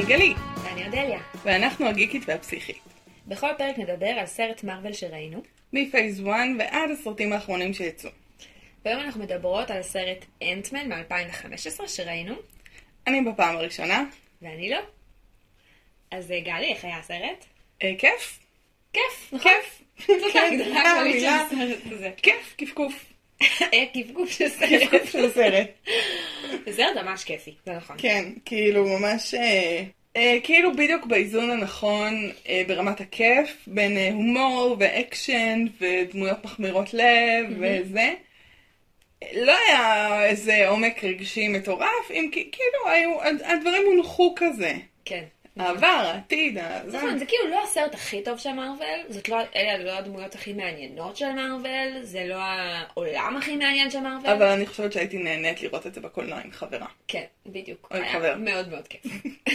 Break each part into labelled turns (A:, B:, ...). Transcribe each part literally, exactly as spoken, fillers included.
A: גלי.
B: ואני אודליה.
A: ואנחנו הגיקית והפסיכית.
B: בכל פרק נדבר על סרט מרוול שראינו.
A: מפייס אחת ועד הסרטים האחרונים שיצאו.
B: והיום אנחנו מדברות על סרט אנטמן מ-אלפיים וחמש עשרה שראינו.
A: אני בפעם הראשונה.
B: ואני לא. אז גלי, איך היה הסרט?
A: אה, כיף.
B: כיף, נכון?
A: כיף.
B: זאת ההגדרה הכללית של הסרט הזה.
A: כיף, כפקוף.
B: היה כפקוף של סרט.
A: כפקוף של סרט.
B: זה סרט ממש כיפי, זה נכון.
A: כן, כאילו ממש... אה, אה, כאילו בדיוק באיזון הנכון אה, ברמת הכיף, בין אה, הומור ואקשן ודמויות מחמירות לב וזה. לא היה איזה עומק רגשי מטורף, אם כאילו היו, הדברים הונחו כזה.
B: כן.
A: העבר, העתיד,
B: נכון, זה כאילו לא הסרט הכי טוב של מארוול, זאת לא, אלה לא הדמויות הכי מעניינות של מארוול, זה לא העולם הכי מעניין של מארוול.
A: אבל אני חושבת שהייתי נהנית לראות את זה בקולנוע עם חברה.
B: כן, בדיוק.
A: או עם
B: היה
A: חבר.
B: מאוד מאוד כיף.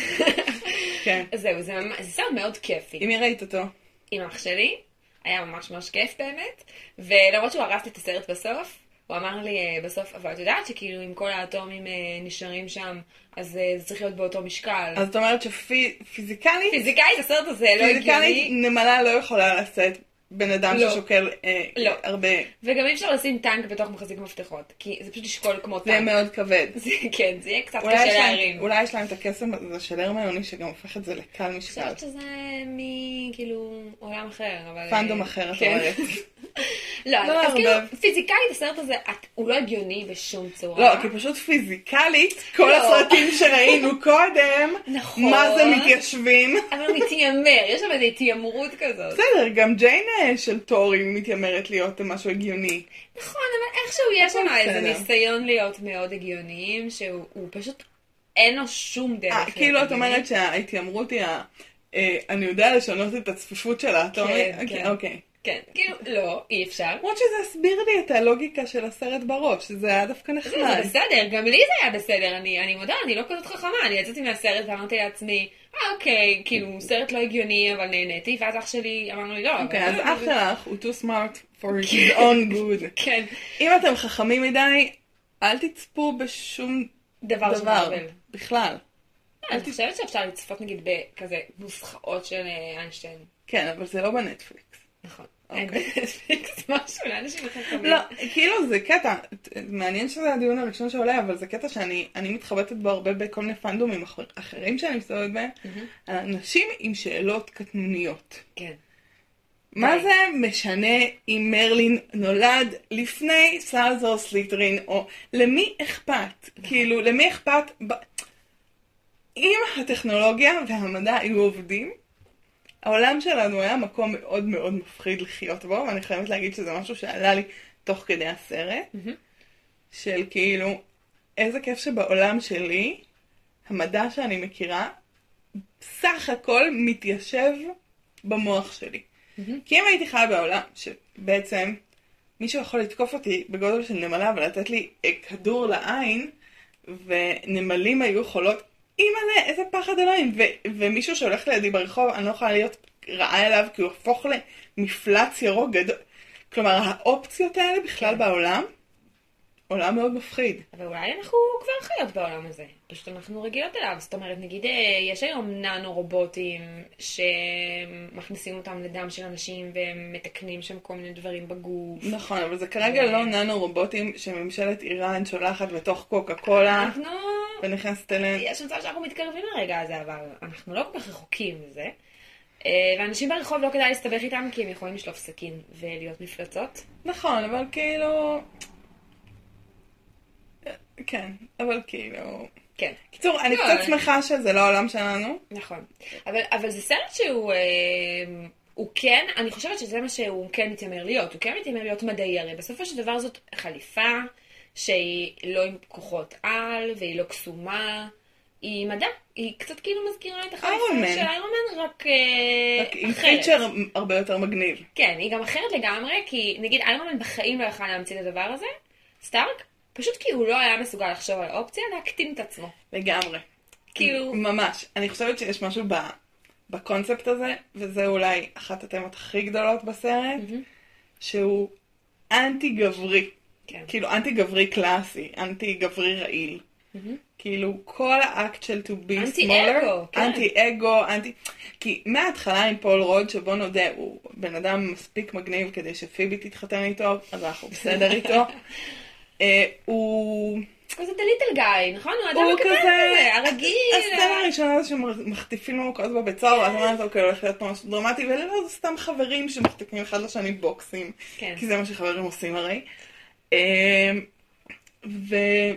A: כן.
B: זהו, זה, זה סרט מאוד כיפי.
A: אם ראית אותו?
B: עם אח שלי, היה ממש ממש כיף באמת, ולמרות שהוא הרס לי את הסרט בסוף, הוא אמר לי בסוף, אבל את יודעת שכאילו אם כל האטומים נשארים שם, אז זה צריך להיות באותו משקל.
A: אז את אומרת שפיזיקלית?
B: פיזיקלית הסרט הזה לא הגיוני.
A: פיזיקלית נמלה לא יכולה לשאת בן אדם
B: לא.
A: ששוקל אה,
B: לא.
A: הרבה.
B: וגם אי אפשר לשים טנק בתוך מחזיק מפתחות, כי זה פשוט ישקול כמו טנק.
A: זה מאוד כבד.
B: זה, כן, זה יהיה קצת
A: אולי
B: קשה
A: יש להם-
B: להרים.
A: אולי יש להם את הקסם הזה של הרמיוני שגם הופך את זה לקל
B: אני
A: משקל.
B: חושבת שזה מכאילו עולם אחר, אבל...
A: פנדום אחר, את
B: כן.
A: אומרת.
B: לא,
A: לא
B: אז כאילו,
A: לערבב.
B: פיזיקלית הסרט הזה, את- הוא לא הגיוני בשום צורה.
A: לא, כי פשוט פיזיקלית, כל
B: לא.
A: הסרטים שראינו קודם,
B: נכון.
A: מה זה מתיישבים.
B: אבל הוא מתיימר, יש שם איזו התיימרות כזאת.
A: בסדר, גם ג'יין אה, של טורי מתיימרת להיות משהו הגיוני.
B: נכון, אבל איכשהו יש שם
A: הכל
B: איזה
A: בסדר.
B: ניסיון להיות מאוד הגיוניים, שהוא הוא פשוט, אין לו שום דרך.
A: אה,
B: להיות
A: כאילו את
B: הגיוני.
A: אומרת שההתיימרות היא ה... אה, אני יודע לשנות את הצפיפות של האטומי?
B: כן, כן.
A: אוקיי.
B: כן, כאילו, לא, אי אפשר.
A: למרות שזה הסביר לי את הלוגיקה של הסרט בראש, שזה היה דווקא
B: זה,
A: נחמד.
B: זה בסדר, גם לי זה היה בסדר, אני, אני מודה, אני לא כזאת חכמה, אני יצאתי מהסרט ואמרתי לעצמי, אה אוקיי, כאילו סרט לא הגיוני אבל נהניתי, ואז אח שלי אמרנו לי לא.
A: אוקיי,
B: אבל-
A: אז אח שלך הוא too smart for his own good.
B: כן,
A: אם אתם חכמים מדי, אל תצפו בשום
B: דבר של
A: דבר.
B: מארוול.
A: בכלל.
B: אני חושבת שאפשר לצפות נגיד בכזה נוסחאות של אה, איינשטיין.
A: כן, אבל זה לא בנטפליקס.
B: נכון.
A: אוקיי.
B: אין בנטפליקס משהו לאנשים חכמים.
A: לא, כאילו זה קטע, מעניין שזה הדיון הראשון שעולה, אבל זה קטע שאני אני מתחבטת בו הרבה בכל מיני פנדומים אחר- אחרים שאני מסתובבת בהם, על אנשים עם שאלות קטנוניות.
B: כן.
A: מה
B: די.
A: זה משנה אם מרלין נולד לפני סלזר סליטרין, או למי אכפת? כאילו, למי אכפת? ב... אם הטכנולוגיה והמדע היו עובדים, העולם שלנו היה מקום מאוד מאוד מפחיד לחיות בו, ואני חייבת להגיד שזה משהו שעלה לי תוך כדי הסרט, של כאילו, איזה כיף שבעולם שלי, המדע שאני מכירה, סך הכל מתיישב במוח שלי. כי אם הייתי חיה בעולם שבעצם מישהו יכול לתקוף אותי בגודל של נמלה ולתת לי אה, כדור לעין, ונמלים היו יכולות, אימא'לה, איזה פחד אלוהים, ו- ומישהו שהולך לידי ברחוב, אני לא יכולה להיות רעה אליו כי הוא הפוך למפלץ ירוק גדול. כלומר, האופציות האלה בכלל
B: כן.
A: בעולם, עולם מאוד מפחיד.
B: אבל אולי אנחנו כבר חיות בעולם הזה. פשוט אנחנו רגילות אליו. זאת אומרת, נגיד, אה, יש היום ננו רובוטים שמכניסים אותם לדם של אנשים ומתקנים שם כל מיני דברים בגוף.
A: נכון, אבל זה כרגע לא ננו רובוטים שממשלת איראן שולחת בתוך קוקה קולה
B: אנחנו...
A: ונכנסת אליהם.
B: יש מצב שאנחנו מתקרבים לרגע הזה, אבל אנחנו לא כל כך רחוקים מזה. אה, ואנשים ברחוב לא כדאי להסתבך איתם כי הם יכולים לשלוף סכין ולהיות מפלצות.
A: נכון, אבל כאילו... כן, אבל כאילו...
B: כן.
A: קיצור, אני
B: לא,
A: קצת
B: אבל-
A: שמחה שזה לא העולם שלנו.
B: נכון. אבל, אבל זה סרט שהוא, אה, הוא כן, אני חושבת שזה מה שהוא כן מתיימר להיות. הוא כן מתיימר להיות מדעי, הרי בסופו של דבר זאת חליפה שהיא לא עם כוחות על, והיא לא קסומה. היא מדע. היא קצת כאילו מזכירה את החליפה
A: איירון מן.
B: של איירון מן, רק, אה,
A: רק עם
B: אחרת.
A: פיצ'ר הרבה יותר מגניב.
B: כן, היא גם אחרת לגמרי, כי נגיד איירון מן בחיים לא יכל להמציא את הדבר הזה. סטארק, פשוט כי הוא לא היה מסוגל לחשוב על האופציה להקטין את עצמו.
A: לגמרי.
B: כאילו...
A: ממש. אני חושבת שיש משהו ב... בקונספט הזה, וזה אולי אחת התמות הכי גדולות בסרט, שהוא אנטי גברי.
B: כן.
A: כאילו אנטי גברי קלאסי, אנטי גברי רעיל. כאילו, כל האקט של to be
B: אנטי
A: smaller,
B: אגו, כן.
A: אנטי אגו, אנטי... כי מההתחלה עם פול רוד, שבוא נודה, הוא בן אדם מספיק מגניב כדי שפיבי תתחתן איתו, אז אנחנו בסדר איתו. אה, הוא...
B: כזה the little guy, נכון? הוא אדם
A: הוא
B: הקטן כזה, הרגיל.
A: הסצנה הראשונה זה שמחטיפים לו מכות בבית סוהר, ואז אומרת, אוקיי, הולך להיות ממש דרמטי, ולא, זה סתם חברים שמחטיפים אחד לשני בוקסים,
B: כן.
A: כי זה מה שחברים עושים הרי. אה, והוא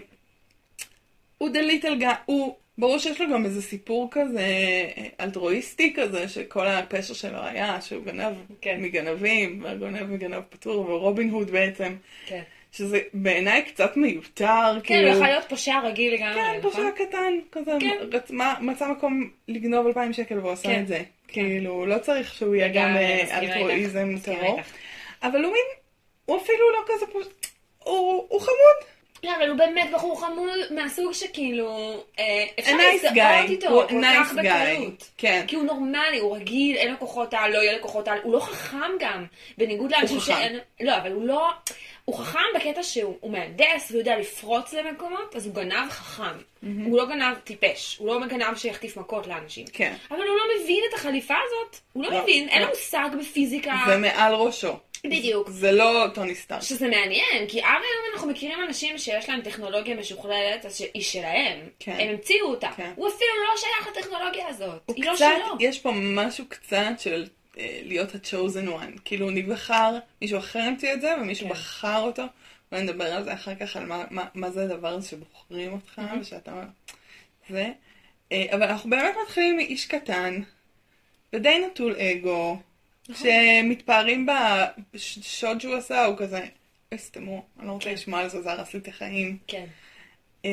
A: the little guy, הוא, ברור שיש לו גם איזה סיפור כזה אלטרואיסטי כזה, שכל הפשע שלו היה שהוא גנב
B: כן.
A: מגנבים, והגונב מגנב פטור, ורובין הוד בעצם.
B: כן.
A: שזה בעיניי קצת מיותר,
B: כן, הוא יכול להיות פושע רגיל לגמרי,
A: כן,
B: נכון?
A: פושע קטן, כזה,
B: כן.
A: רצ- מה- מצא מקום לגנוב אלפיים שקל והוא עשה
B: כן.
A: את זה. כאילו, לא צריך שהוא יהיה גם
B: לגמרי,
A: אה,
B: מסכימה
A: אלטרואיזם
B: איתך, מסכימה
A: טרור.
B: איתך.
A: אבל הוא מין, הוא אפילו לא כזה פושע, הוא הוא חמוד.
B: לא, אבל הוא באמת בחור חמוד מהסוג שכאילו, אה, אפשר
A: A nice
B: להזדהות
A: guy.
B: איתו
A: הוא
B: כל
A: nice
B: כך
A: guy.
B: בקלות.
A: כן.
B: כי הוא נורמלי, הוא רגיל, אין לו כוחות על, לא יהיה לו כוחות על, הוא לא חכם גם, בניגוד לאנשים
A: חכם.
B: שאין, לא, אבל הוא לא, הוא חכם בקטע שהוא הוא מהנדס, והוא יודע לפרוץ למקומות, אז הוא גנב חכם. הוא לא גנב טיפש, הוא לא גנב שיחטיף מכות לאנשים.
A: כן.
B: אבל הוא לא מבין את החליפה הזאת, הוא לא
A: לא,
B: מבין, אין
A: לא.
B: לו מושג בפיזיקה.
A: זה מעל ראשו.
B: בדיוק.
A: זה לא טוני סטארק.
B: שזה מעניין, כי עד היום אנחנו מכירים אנשים שיש להם טכנולוגיה משוכללת, אז שהיא שלהם.
A: כן.
B: הם המציאו אותה.
A: כן.
B: הוא אפילו לא שייך לטכנולוגיה הזאת.
A: הוא
B: היא לא
A: קצת,
B: שלו.
A: יש פה משהו קצת של אה, להיות ה-chosen one. כאילו, הוא נבחר, מישהו אחר המציא את זה, ומישהו
B: כן.
A: בחר אותו. ונדבר על זה אחר כך, על מה, מה, מה זה הדבר הזה שבוחרים אותך, ושאתה... זה. אה, אבל אנחנו באמת מתחילים מאיש קטן, ודי נטול אגו, שמתפארים בשוד שהוא עשה, הוא כזה, הסתמו, אני לא רוצה לשמוע על זה, זה הרס לי את החיים.
B: כן.
A: אמ,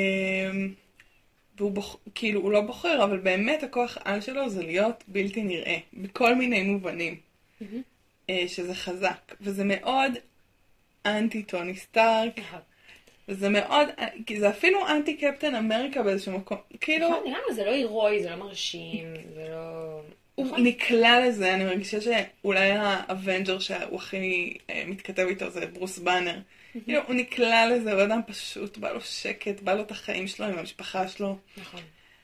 A: והוא בוח... כאילו, הוא לא בוחר, אבל באמת הכוח על שלו זה להיות בלתי נראה, בכל מיני מובנים, אה, שזה חזק, וזה מאוד אנטי טוני סטארק,
B: נכון.
A: וזה מאוד, כי זה אפילו אנטי קפטן אמריקה באיזשהו מקום, כאילו,
B: נכון, למה? זה לא הירואי, זה לא מרשים, זה לא...
A: הוא
B: נכון.
A: נקלע לזה, אני מרגישה שאולי האבנג'ר שהוא הכי אה, מתכתב איתו זה ברוס באנר. כאילו, הוא נקלע לזה, הוא אדם פשוט, בא לו שקט, בא לו את החיים שלו עם המשפחה שלו.
B: נכון.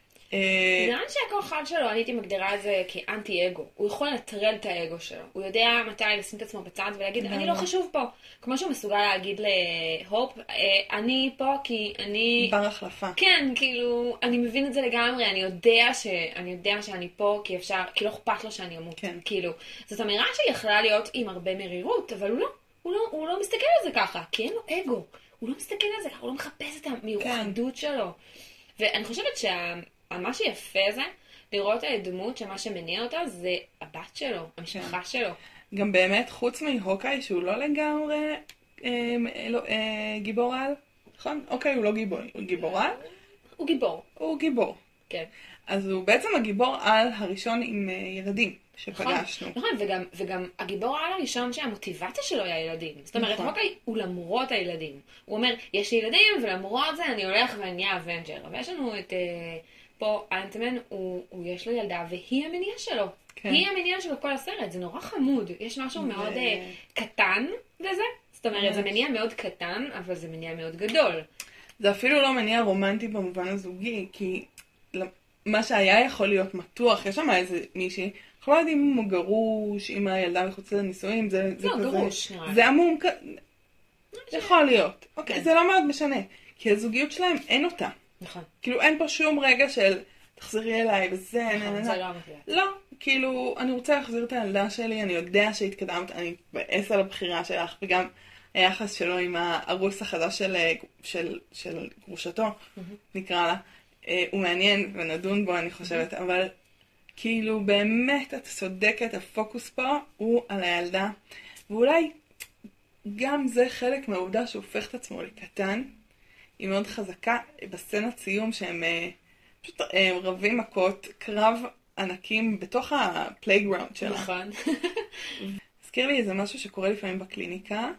A: אה,
B: נראה לי שהכוח על שלו, אני הייתי מגדירה את זה כאנטי אגו. הוא יכול לנטרל את האגו שלו. הוא יודע מתי לשים את עצמו בצד ולהגיד, אני לא חשוב פה. כמו שהוא מסוגל להגיד להופ, אה, אני פה כי אני...
A: בר החלפה.
B: כן, כאילו, אני מבין את זה לגמרי, אני יודע ש... אני יודע שאני פה כי אפשר, כי לא אכפת לו שאני אמות.
A: כן.
B: כאילו, זאת אמירה שהיא יכולה להיות עם הרבה מרירות, אבל הוא לא, הוא לא, הוא לא מסתכל על זה ככה, כי אין לו אגו. הוא לא מסתכל על זה ככה, הוא לא מחפש את המיוחדות שלו. ואני חושבת שמה שיפה זה, לראות דמות שמה שמניע אותה זה הבת שלו, המשפחה שלו.
A: גם באמת, חוץ מהוקאי, שהוא לא לגמרי אה, לא, אה, גיבור על, נכון? אוקיי, הוא לא גיבור, הוא גיבור על?
B: הוא גיבור.
A: הוא גיבור.
B: כן.
A: אז הוא בעצם הגיבור על הראשון עם אה, ילדים
B: נכון,
A: שפגשנו.
B: נכון, וגם, וגם הגיבור העל הראשון שהמוטיבציה שלו היא הילדים. זאת אומרת,
A: נכון.
B: הוקאי הוא למרות הילדים. הוא אומר, יש לי ילדים ולמרות זה אני הולך ואני אהיה אבנג'ר. אבל יש לנו את... אה, פה אנטמן, הוא, הוא יש לו ילדה, והיא המניע שלו.
A: כן.
B: היא המניע שלו כל הסרט, זה נורא חמוד. יש משהו
A: ו-
B: מאוד אה, קטן בזה. זאת אומרת, זה מניע מאוד קטן, אבל זה מניע מאוד גדול.
A: זה אפילו לא מניע רומנטי במובן הזוגי, כי מה שהיה יכול להיות מתוח, יש שם איזה מישהי, אנחנו לא יודעים אם הוא גרוש, אם הילדה מחוץ לנישואים, זה, זה
B: לא,
A: כזה...
B: גרוש, נראה לי.
A: זה עמום כ... יכול להיות. אוקיי,
B: כן.
A: זה לא מאוד משנה, כי הזוגיות שלהם אין אותה.
B: נכון.
A: כאילו אין פה שום רגע של תחזרי אליי וזה, נה, נה,
B: נכון,
A: נה.
B: זה לא המחליט.
A: לא, כאילו, אני רוצה להחזיר את הילדה שלי, אני יודע שהתקדמת, אני מתבאס על הבחירה שלך, וגם היחס שלו עם הארוס החדש של, של, של גרושתו, נקרא לה, אה, הוא מעניין ונדון בו, אני חושבת, אבל כאילו, באמת, את צודקת, הפוקוס פה הוא על הילדה, ואולי גם זה חלק מהעובדה שהוא הופך את עצמו לקטן, היא מאוד חזקה בסצנת סיום שהם אה, פשוט אה, רבים מכות, קרב ענקים בתוך הפלייגראונד שלה.
B: נכון.
A: הזכיר לי איזה משהו שקורה לפעמים בקליניקה.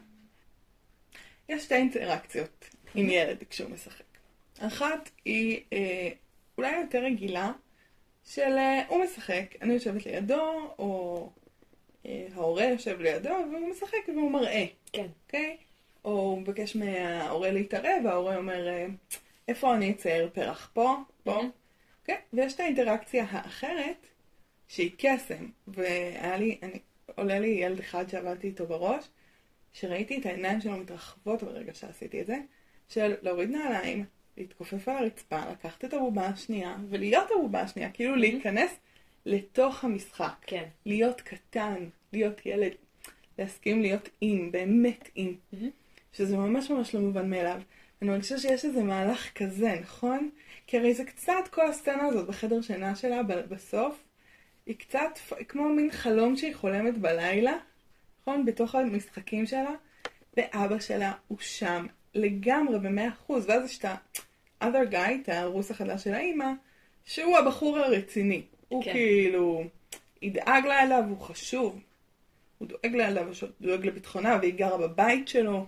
A: יש שתי אינטראקציות עם ילד כשהוא משחק. אחת היא אה, אולי יותר רגילה, של אה, הוא משחק, אני יושבת לידו, או אה, ההורה יושב לידו, והוא משחק והוא מראה.
B: כן.
A: אוקיי? או הוא מבקש מההורה להתערב, וההורה אומר, איפה אני אצייר פרח פה, פה,
B: Mm-hmm.
A: כן? ויש את האינטראקציה האחרת, שהיא קסם, והיה לי, אני, עולה לי ילד אחד שעבדתי איתו בראש, שראיתי את העיניים שלו מתרחבות ברגע שעשיתי את זה, של להוריד נעליים, להתכופף על הרצפה, לקחת את הבובה השנייה, ולהיות הבובה השנייה, כאילו
B: Mm-hmm.
A: להיכנס לתוך המשחק.
B: כן.
A: להיות קטן, להיות ילד, להסכים להיות עם, באמת עם.
B: Mm-hmm.
A: שזה ממש ממש לא מובן מאליו. אני מרגישה שיש איזה מהלך כזה, נכון? כי הרי זה קצת כל הסצנה הזאת בחדר שינה שלה בסוף, היא קצת כמו מין חלום שהיא חולמת בלילה, נכון? בתוך המשחקים שלה, ואבא שלה הוא שם לגמרי במאה אחוז, ואז יש את ה-other guy, את הרוס החדש של האמא, שהוא הבחור הרציני. הוא
B: כן.
A: כאילו ידאג לה אליו, הוא חשוב. הוא דואג לה אליו, הוא דואג לביטחונה, והיא גרה בבית שלו.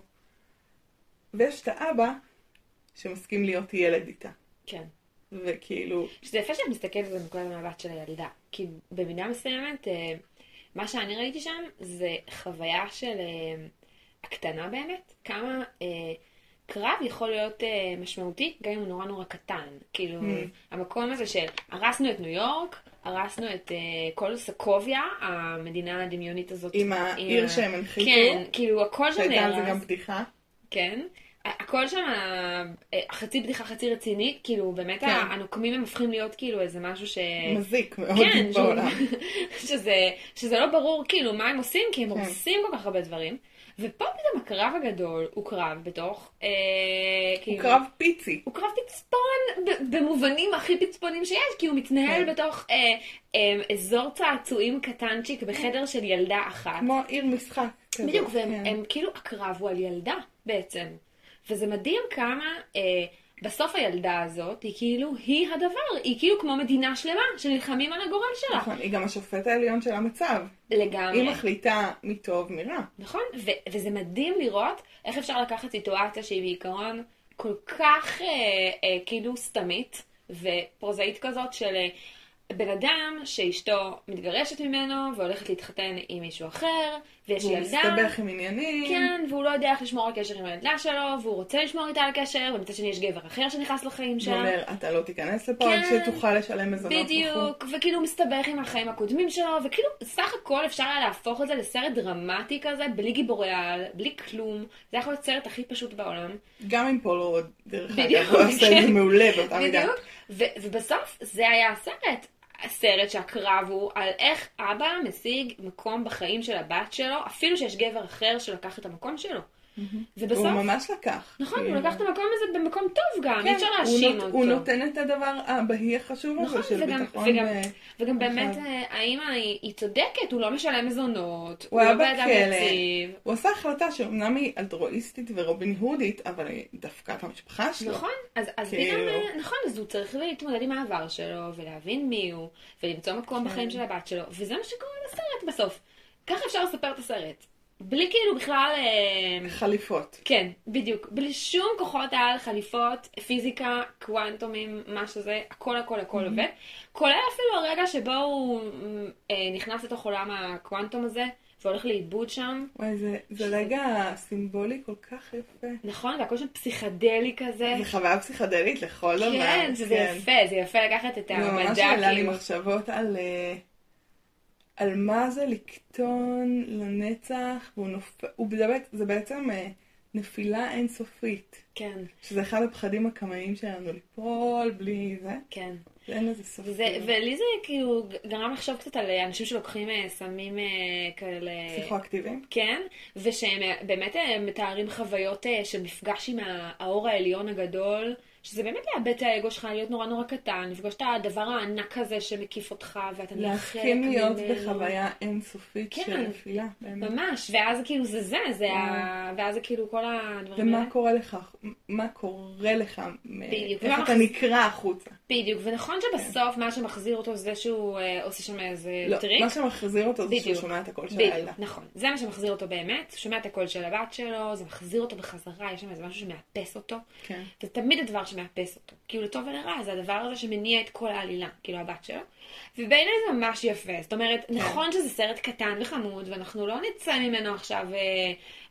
A: ויש את האבא שמסכים להיות ילד איתה.
B: כן.
A: וכאילו...
B: שזה יפה שאת מסתכלת על זה מנקודת המבט של הילדה. כי במידה מסוימת, מה שאני ראיתי שם זה חוויה של הקטנה באמת. כמה קרב יכול להיות משמעותי, גם אם הוא נורא נורא קטן. כאילו, המקום הזה של הרסנו את ניו יורק, הרסנו את כל סקוביה, המדינה הדמיונית הזאת.
A: עם העיר שהם הנחיתו.
B: כן, כאילו הכל שם נהרס.
A: שהייתה על זה גם בדיחה.
B: כן. הכל שם, חצי בדיחה, חצי רציני, כאילו באמת
A: כן.
B: הנוקמים הם הופכים להיות כאילו איזה משהו ש...
A: מזיק מאוד
B: כן,
A: בעולם.
B: שזה, שזה לא ברור כאילו מה הם עושים, כי הם
A: כן.
B: עושים כל כך הרבה דברים. ופה פתאום הקרב הגדול הוא קרב בתוך... אה,
A: הוא
B: כאילו,
A: קרב פיצי.
B: הוא קרב פצפון ב- במובנים הכי פצפונים שיש, כי הוא מתנהל
A: כן.
B: בתוך אה, אה, אזור צעצועים קטנצ'יק בחדר של ילדה אחת.
A: כמו עיר משחק כזאת.
B: בדיוק, והם
A: כן.
B: הם, כאילו הקרב הוא על ילדה בעצם. וזה מדהים כמה אה, בסוף הילדה הזאת היא כאילו, היא הדבר, היא כאילו כמו מדינה שלמה שנלחמים על הגורל שלה.
A: נכון, היא גם השופט העליון של המצב.
B: לגמרי.
A: היא מחליטה מטוב מרע.
B: נכון, ו- וזה מדהים לראות איך אפשר לקחת סיטואציה שהיא בעיקרון כל כך אה, אה, כאילו סתמית ופרוזאית כזאת של אה, בן אדם שאשתו מתגרשת ממנו והולכת להתחתן עם מישהו אחר, ויש
A: והוא
B: ילדה.
A: מסתבך עם עניינים.
B: כן, והוא לא יודע איך לשמור על קשר עם הילדה שלו, והוא רוצה לשמור איתה על קשר, ומצד שני יש גבר אחר שנכנס לחיים שלה.
A: ואומר, אתה לא תיכנס לפה עד
B: כן,
A: שתוכל לשלם מזונות.
B: בדיוק, וכאילו מסתבך עם החיים הקודמים שלו, וכאילו סך הכל אפשר היה להפוך את זה לסרט דרמטי כזה, בלי גיבורי על, בלי כלום. זה יכול להיות סרט הכי פשוט בעולם.
A: גם עם פולו, דרך
B: בדיוק,
A: אגב, הוא עושה את זה
B: כן.
A: מעולה באותה מידה.
B: בדיוק, ו- ובסוף זה היה הסרט. הסרט שהקרב הוא על איך אבא משיג מקום בחיים של הבת שלו, אפילו שיש גבר אחר שלקח את המקום שלו. ובסוף...
A: הוא ממש לקח.
B: נכון, הוא
A: כאילו.
B: לקח את המקום הזה במקום טוב גם,
A: כן,
B: אי אפשר
A: הוא
B: להאשים
A: נות-
B: אותו.
A: הוא נותן את הדבר הבהי החשוב
B: נכון,
A: הזה של
B: וגם,
A: ביטחון.
B: וגם,
A: ו-
B: וגם באמת
A: אחד.
B: אה, האמא היא, היא צודקת, הוא לא משלם מזונות,
A: הוא היה
B: לא באדם
A: בכלא.
B: יציב.
A: הוא עשה החלטה שאומנם היא אלטרואיסטית ורובין הודית, אבל היא דווקא את המשפחה שלו.
B: נכון, אז, אז
A: כאילו.
B: פתאום, אה, נכון, אז הוא צריך להתמודד עם העבר שלו, ולהבין מי הוא, ולמצוא מקום בחיים של הבת שלו, וזה מה שקורה בסרט בסוף. ככה אפשר לספר את הסרט. בלי כאילו בכלל... אה,
A: חליפות.
B: כן, בדיוק. בלי שום כוחות על, חליפות, פיזיקה, קוונטומים, מה שזה, הכל הכל הכל עובד. כולל אפילו הרגע שבו הוא אה, נכנס לתוך עולם הקוונטום הזה, והולך לאיבוד שם.
A: וואי, זה, זה רגע סימבולי כל כך יפה.
B: נכון, והכל שם פסיכדלי כזה.
A: זה חוויה פסיכדלית לכל דבר.
B: כן, זה יפה, זה יפה לקחת את
A: זה ממש
B: המדע,
A: עלה לי
B: כאילו.
A: מחשבות על, אה, על מה זה לקטון לנצח, והוא נופ... הוא באמת, זה בעצם אה, נפילה אינסופית.
B: כן,
A: שזה אחד הפחדים הקמאיים שלנו, ליפול בלי זה.
B: כן.
A: ואין לזה סוף.
B: וזה, ולי זה כאילו גרם לחשוב קצת על אנשים שלוקחים אה, סמים אה, כאלה...
A: פסיכואקטיביים. כן.
B: כן, ושהם אה, באמת אה, מתארים חוויות אה, של מפגש עם האור העליון הגדול, שזה באמת לאבד את האגו שלך, להיות נורא נורא קטן, לפגוש את הדבר הענק הזה שמקיף אותך, ואתה נהיה חלק
A: להסכים להיות
B: ממנו.
A: בחוויה אינסופית
B: כן.
A: של נפילה, באמת.
B: ממש, ואז כאילו זה זה, זה ה... ואז זה כאילו כל הדברים
A: ומה
B: האלה.
A: קורה לך, מה קורה לך, מ-
B: בדיוק.
A: איך
B: ומה
A: אתה
B: מחז-
A: נקרא החוצה.
B: בדיוק, ונכון שבסוף מה שמחזיר אותו זה שהוא אה, עושה שם איזה
A: לא,
B: טריק.
A: מה שמחזיר אותו זה שהוא
B: בדיוק.
A: שומע את הקול של
B: בדיוק,
A: הילדה.
B: נכון. זה מה שמחזיר אותו באמת, הוא שומע את הקול של הבת שלו, זה מחזיר אותו בחזרה, יש שם איזה משהו שמאפס אותו.
A: כן.
B: זה תמיד הדבר שמאפס אותו. כאילו לטוב ולרע, זה הדבר הזה שמניע את כל העלילה, כאילו הבת שלו. ובעיניי זה ממש יפה. זאת אומרת, נכון שזה סרט קטן וחמוד, ואנחנו לא נצא ממנו עכשיו אה,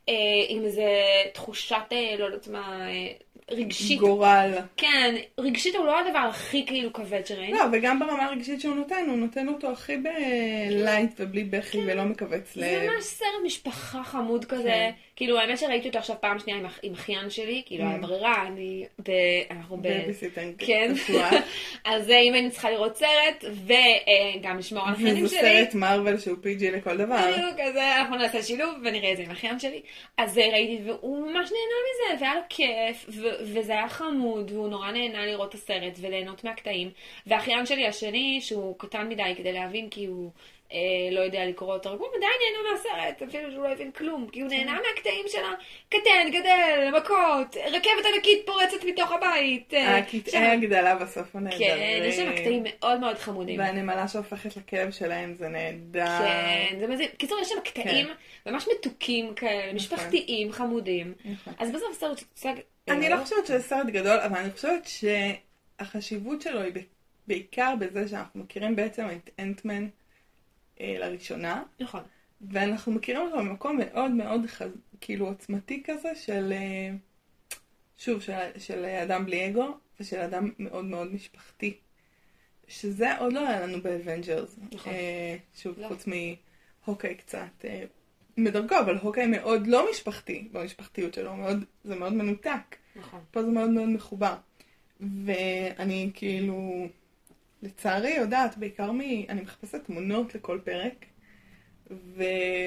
B: אה, עם איזה תחושת, אה, לא יודעת מה, אה, רגשית.
A: גורל.
B: כן, רגשית הוא לא הדבר הכי כאילו כבד שראינו.
A: לא, וגם ברמה הרגשית שהוא נותן, הוא נותן אותו הכי בלייט ובלי בכי ולא מכווץ לב.
B: זה ממש סרט משפחה חמוד כזה.
A: כן.
B: כאילו, האמת שראיתי אותו עכשיו פעם שנייה עם, אח- עם אחיין שלי, כאילו, היה ברירה, אני, ב, אנחנו ב...
A: בייביסיטינג.
B: כן.
A: קשוח.
B: אז אה, אם אני צריכה לראות סרט, וגם לשמור על האחיינים
A: וזה
B: שלי.
A: סרט מרוול שהוא פי ג'י לכל דבר.
B: בדיוק, אז אה, אנחנו נעשה שילוב ונראה את זה עם אחיין שלי. אז אה, ראיתי, והוא ממש נהנה מזה, והיה לו כיף, ו- וזה היה חמוד, והוא נורא נהנה לראות את הסרט וליהנות מהקטעים. והאחיין שלי השני, שהוא קטן מדי כדי להבין כי הוא אה, לא יודע לקרוא תרגום, עדיין נהנה מהסרט, אפילו שהוא לא הבין כלום, כי הוא נהנה מהקטעים שלה, קטן, גדל, מכות, רכבת ענקית פורצת מתוך הבית. אה,
A: הקטעי
B: שם-
A: הגדלה בסוף הוא נהדר.
B: כן, יש שם קטעים מאוד מאוד חמודים.
A: והנמלה שהופכת לכלב שלהם זה נהדר.
B: כן, זה מזין. קיצור, יש שם קטעים ממש מתוקים כאלה, משפחתיים, חמודים.
A: נכון.
B: אז בסוף הסרט הוצג...
A: אני לא חושבת שזה סרט גדול, אבל אני חושבת שהחשיבות שלו היא בעיקר בזה שאנחנו מכירים בעצם את אנטמן אה, לראשונה,
B: נכון.
A: ואנחנו מכירים אותו במקום מאוד מאוד חז... כאילו עוצמתי כזה של, אה, שוב, של, של אדם בלי אגו, ושל אדם מאוד מאוד משפחתי. שזה עוד לא היה לנו באבנג'רס.
B: נכון.
A: אה, שוב,
B: לא.
A: חוץ מהוקי קצת אה, מדרכו, אבל הוקי מאוד לא משפחתי במשפחתיות שלו, מאוד, זה מאוד מנותק.
B: נכון.
A: פה זה מאוד מאוד מחובר. ואני כאילו, לצערי יודעת, בעיקר מ... אני מחפשת תמונות לכל פרק, ו...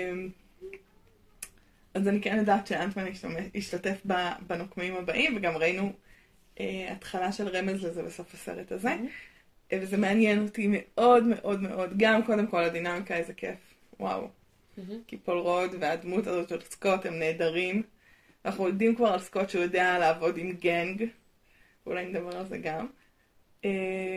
A: אז אני כן יודעת שאנטמן ישתתף ב- בנוקמים הבאים, וגם ראינו אה, התחלה של רמז לזה בסוף הסרט הזה. Mm-hmm. אה, וזה מעניין אותי מאוד מאוד מאוד. גם קודם כל הדינמיקה, איזה כיף. וואו. Mm-hmm. כי פול רוד והדמות הזאת של סקוט הם נהדרים. אנחנו יודעים כבר על סקוט שהוא יודע לעבוד עם גנג. אולי נדבר על זה גם. אה,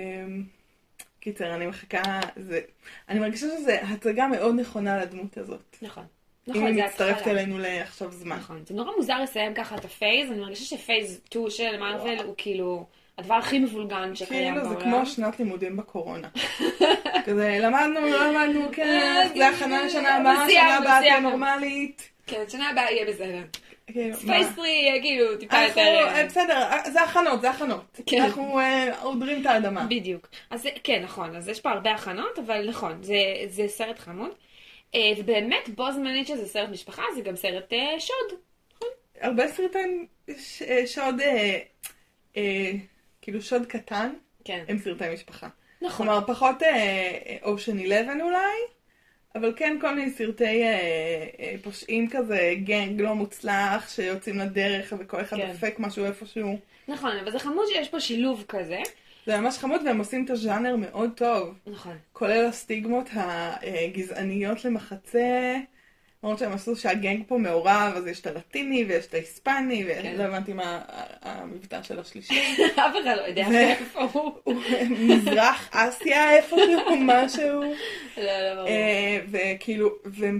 A: קיצר, אני מחכה, זה... אני מרגישה שזו הצגה מאוד נכונה לדמות הזאת.
B: נכון.
A: אם
B: נכון,
A: היא
B: זה
A: מצטרפת
B: התחלה.
A: אלינו לעכשיו זמן.
B: נכון. זה נורא מוזר לסיים ככה את הפייז, אני מרגישה שפייז שתיים של מארוול הוא כאילו הדבר הכי מבולגן שקיים
A: כאילו
B: בעולם.
A: זה כמו שנת לימודים בקורונה. כזה, למדנו, לא למדנו, כן, זה הכנה לשנה הבאה, שנה הבאה תהיה נורמלית.
B: כן, שנה הבאה יהיה בסדר.
A: כאילו, מה?
B: פייס שלוש יהיה כאילו טיפה
A: אנחנו,
B: יותר...
A: אה, בסדר, זה הכנות, זה הכנות.
B: כן.
A: אנחנו אה, עודרים את האדמה.
B: בדיוק. אז זה- כן, נכון, אז יש פה הרבה הכנות, אבל נכון, זה, זה סרט חמוד. אה, ובאמת, בו זמנית שזה סרט משפחה, זה גם סרט אה, שוד.
A: הרבה סרטים ש- אה, שוד, אה, אה, כאילו שוד קטן,
B: כן.
A: הם סרטי משפחה.
B: נכון.
A: כלומר, פחות אושן אחת עשר אולי, אבל כן כל מיני סרטי אה, אה, פושעים כזה, גנג לא מוצלח, שיוצאים לדרך וכל אחד
B: כן.
A: דופק משהו איפשהו.
B: נכון, אבל זה חמוד שיש פה שילוב כזה.
A: זה ממש חמוד והם עושים את הז'אנר מאוד טוב.
B: נכון.
A: כולל הסטיגמות הגזעניות למחצה. למרות שהם עשו שהגנג פה מעורב, אז יש את הלטיני ויש את ההיספני, ולא הבנתי מה המבטא של השלישי.
B: אף אחד לא יודע איפה הוא.
A: הוא מזרח אסיה איפשהו, משהו.
B: לא, לא, ברור.
A: אה, וכאילו,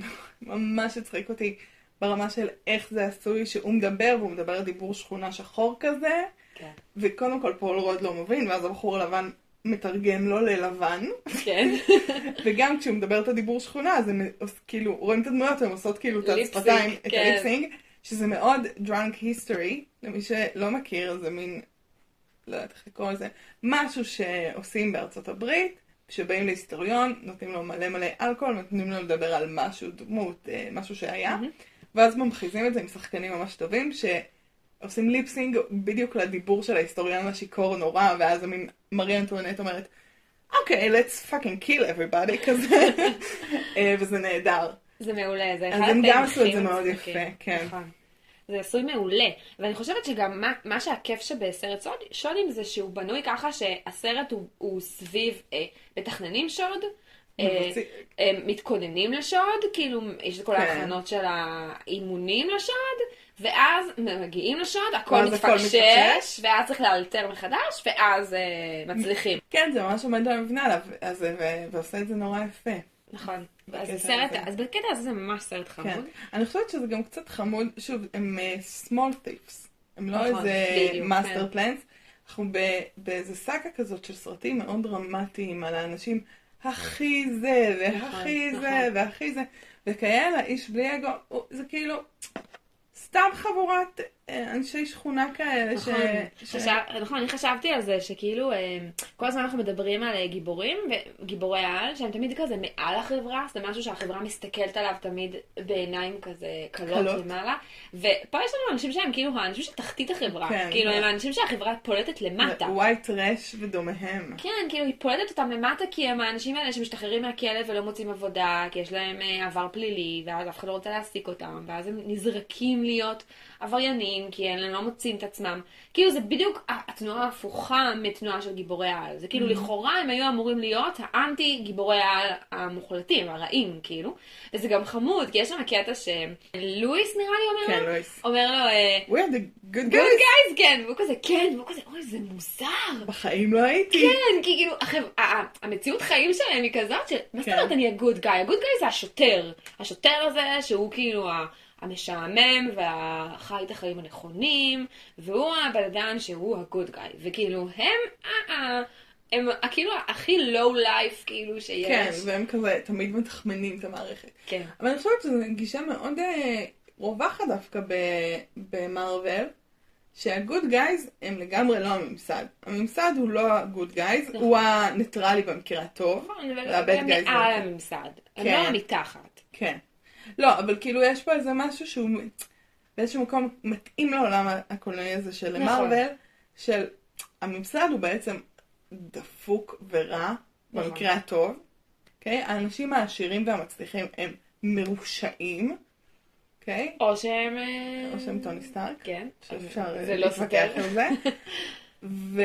A: וממש הצחיק אותי ברמה של איך זה עשוי שהוא מדבר, והוא מדבר דיבור שכונה שחור כזה,
B: כן.
A: וקודם כל פול רוד לא מבין, ואז הבחור הלבן מתרגם לו ללבן,
B: כן.
A: וגם כשהוא מדבר את הדיבור שכונה, אז הם עוש- כאילו, רואים את הדמויות, הם עושות כאילו את
B: ליפסינג,
A: השפתיים, את
B: כן.
A: הליפסינג, שזה מאוד drunk history, למי שלא מכיר, זה מין, לא יודעת איך לקרוא לזה, משהו שעושים בארצות הברית, כשבאים להיסטוריון, נותנים לו מלא מלא אלכוהול, נותנים לו לדבר על משהו, דמות, אה, משהו שהיה, ואז ממחיזים את זה עם שחקנים ממש טובים, שעושים ליפסינג בדיוק לדיבור של ההיסטוריון השיכור נורא, ואז המין מרי אנטואנט אומרת, אוקיי, let's fucking kill everybody, כזה, אה, וזה נהדר.
B: זה מעולה, זה אחד
A: אז הם
B: הקטעים
A: גם עשו את
B: הכי
A: זה מאוד
B: מצחיקים.
A: יפה, כן.
B: נכון. זה עשוי מעולה, ואני חושבת שגם מה, מה שהכיף שבסרט שוד, שודים זה שהוא בנוי ככה שהסרט הוא, הוא סביב אה, מתכננים שוד, אה,
A: מבצע-
B: אה, מתכוננים לשוד, כאילו יש את כל
A: כן.
B: ההכנות של האימונים לשוד, ואז מגיעים לשוד, הכל
A: ואז הכל
B: מתפקשש,
A: מתפקשש.
B: ואז צריך לאלתר מחדש, ואז אה, מצליחים.
A: כן, זה ממש עומד במבנה עליו, אז זה- ו- ועושה את זה נורא יפה.
B: נכון. אז
A: בקטע
B: סרט,
A: הזה.
B: אז בקטע הזה זה ממש סרט
A: כן.
B: חמוד.
A: אני חושבת שזה גם קצת חמוד, שוב, הם אה, small thieves, הם לא
B: נכון,
A: איזה
B: בדיוק,
A: master
B: כן.
A: plans, אנחנו ב- באיזה סאגה כזאת של סרטים מאוד דרמטיים על האנשים הכי זה, והכי
B: נכון,
A: זה,
B: נכון.
A: והכי זה, וכאלה, איש בלי אגו, הוא- זה כאילו, סתם חבורת אה, אנשי שכונה כאלה ש...
B: נכון,
A: ש...
B: חשב, נכון, אני חשבתי על זה, שכאילו, אה, כל הזמן אנחנו מדברים על אה, גיבורים, וגיבורי העל, שהם תמיד כזה מעל החברה, זה משהו שהחברה מסתכלת עליו תמיד בעיניים כזה קלות
A: קלות.
B: למעלה, ופה יש לנו אנשים שהם כאילו האנשים שתחתית החברה,
A: כן,
B: כאילו
A: כן.
B: הם האנשים שהחברה פולטת למטה.
A: ווייט טרש ודומיהם.
B: כן, כאילו היא פולטת אותם למטה כי הם האנשים האלה שמשתחררים מהכלא ולא מוצאים עבודה, כי יש להם אה, עבר פלילי, ואז אף אחד לא רוצה להעסיק אותם, ואז הם נזרקים להיות עבריינים, כי הם לא מוצאים את עצמם. כאילו זה בדיוק התנועה ההפוכה מתנועה של גיבורי העל. זה כאילו לכאורה הם היו אמורים להיות האנטי גיבורי העל המוחלטים, הרעים, כאילו. וזה גם חמוד, כי יש שם קטע שלואיס נראה לי אומר
A: כן,
B: לו,
A: לואיס.
B: אומר לו, אה,
A: We are the good
B: good
A: guys.
B: guys, כן, והוא כזה, כן, והוא כזה, אוי, זה מוזר.
A: בחיים לא הייתי.
B: כן, כי כאילו, החב- ה- ה- המציאות חיים שלהם היא כזאת, ש- מה זאת
A: כן.
B: אומרת אני הגוד גאי? הגוד גאי זה השוטר. השוטר הזה שהוא כאילו ה- המשעמם והחי את החיים הנכונים, והוא הבן אדם שהוא הגוד גאי. וכאילו, הם ה- ה- הם ה- כאילו הכי לואו לייף כאילו שיש.
A: כן, והם כזה תמיד מתחמנים את המערכת.
B: כן.
A: אבל אני חושבת שזו גישה מאוד אה, רווחת דווקא ב- במרוול, שהגוד גייז הם לגמרי לא הממסד. הממסד הוא לא הגוד גייז,
B: נכון.
A: הוא הניטרלי במקרה הטוב.
B: נכון, אבל
A: והבד
B: הם
A: גייז
B: מעל
A: זה-
B: הממסד. הם
A: כן.
B: לא מתחת.
A: כן. לא, אבל כאילו יש פה איזה משהו שהוא באיזשהו מקום מתאים לעולם הקולנועי הזה של
B: נכון.
A: מרוול, של הממסד הוא בעצם דפוק ורע,
B: נכון.
A: במקרה הטוב. אוקיי? האנשים העשירים והמצליחים הם מרושעים. אוקיי?
B: או שהם... אה,
A: או שהם טוני סטארק.
B: כן.
A: שאפשר
B: זה לא
A: להתווכח
B: סותר.
A: על זה. ו...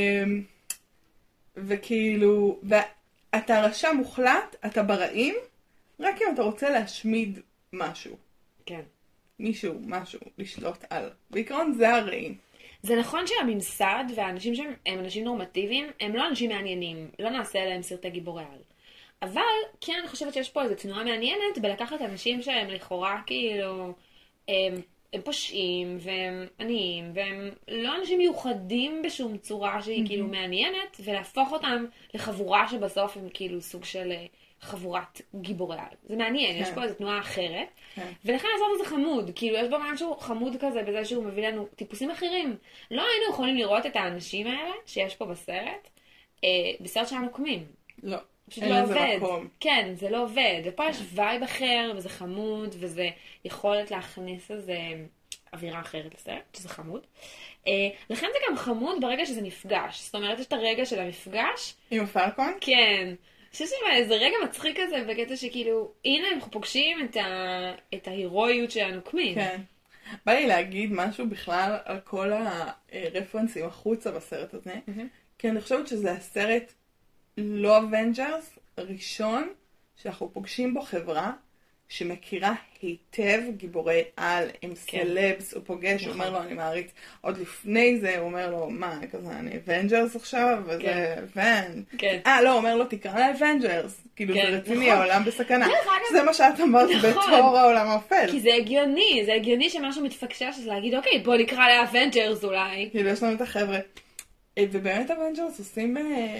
A: וכאילו, ואתה רשע מוחלט, אתה ברעים, רק אם אתה רוצה להשמיד משהו.
B: כן.
A: מישהו, משהו, לשלוט על. בעיקרון זה הרעים.
B: זה נכון שהממסד והאנשים שהם הם אנשים נורמטיביים, הם לא אנשים מעניינים, לא נעשה עליהם סרטי גיבורי על. אבל כן אני חושבת שיש פה איזו תנועה מעניינת בלקחת אנשים שהם לכאורה כאילו, הם, הם פושעים והם עניים והם לא אנשים מיוחדים בשום צורה שהיא mm-hmm. כאילו מעניינת, ולהפוך אותם לחבורה שבסוף הם כאילו סוג של חבורת גיבורי על. זה מעניין, כן. יש פה איזו תנועה אחרת, כן. ולכן לעשות את זה חמוד, כאילו יש בו משהו חמוד כזה בזה שהוא מביא לנו טיפוסים אחרים. לא היינו יכולים לראות את האנשים האלה שיש פה בסרט, אה, בסרט שלנו קמים.
A: לא.
B: פשוט לא עובד. מקום. כן, זה לא עובד. ופה יש וייב אחר, וזה חמוד, וזה יכולת להכניס איזה אווירה אחרת לסרט, שזה חמוד. Uh, לכן זה גם חמוד ברגע שזה נפגש. זאת אומרת, יש את הרגע של המפגש.
A: עם הפלקון?
B: כן. אני חושבת שזה רגע מצחיק כזה, בקטע שכאילו, הנה אנחנו פוגשים את, ה... את ההירואיות של הנוקמים.
A: כן. בא לי להגיד משהו בכלל על כל הרפרנסים החוצה בסרט הזה. Mm-hmm. כי אני חושבת שזה הסרט לא אבנג'רס ראשון שאנחנו פוגשים בו חברה שמכירה היטב גיבורי על, עם כן. סלבס, הוא פוגש, נכון. הוא אומר לו אני מעריץ, עוד לפני זה הוא אומר לו מה, כזה אני אבנג'רס עכשיו, וזה כן. ון. כן. אה לא, הוא אומר לו תקרא לה אבנג'רס, כאילו כן. זה רציני, נכון. העולם בסכנה. זה מה שאת אמרת נכון. בתור העולם האפל.
B: כי זה הגיוני, זה הגיוני שמשהו מתפקשש, אז להגיד אוקיי בוא נקרא לה אבנג'רס אולי.
A: כאילו יש לנו את החבר'ה. ובאמת אבנג'רס עושים,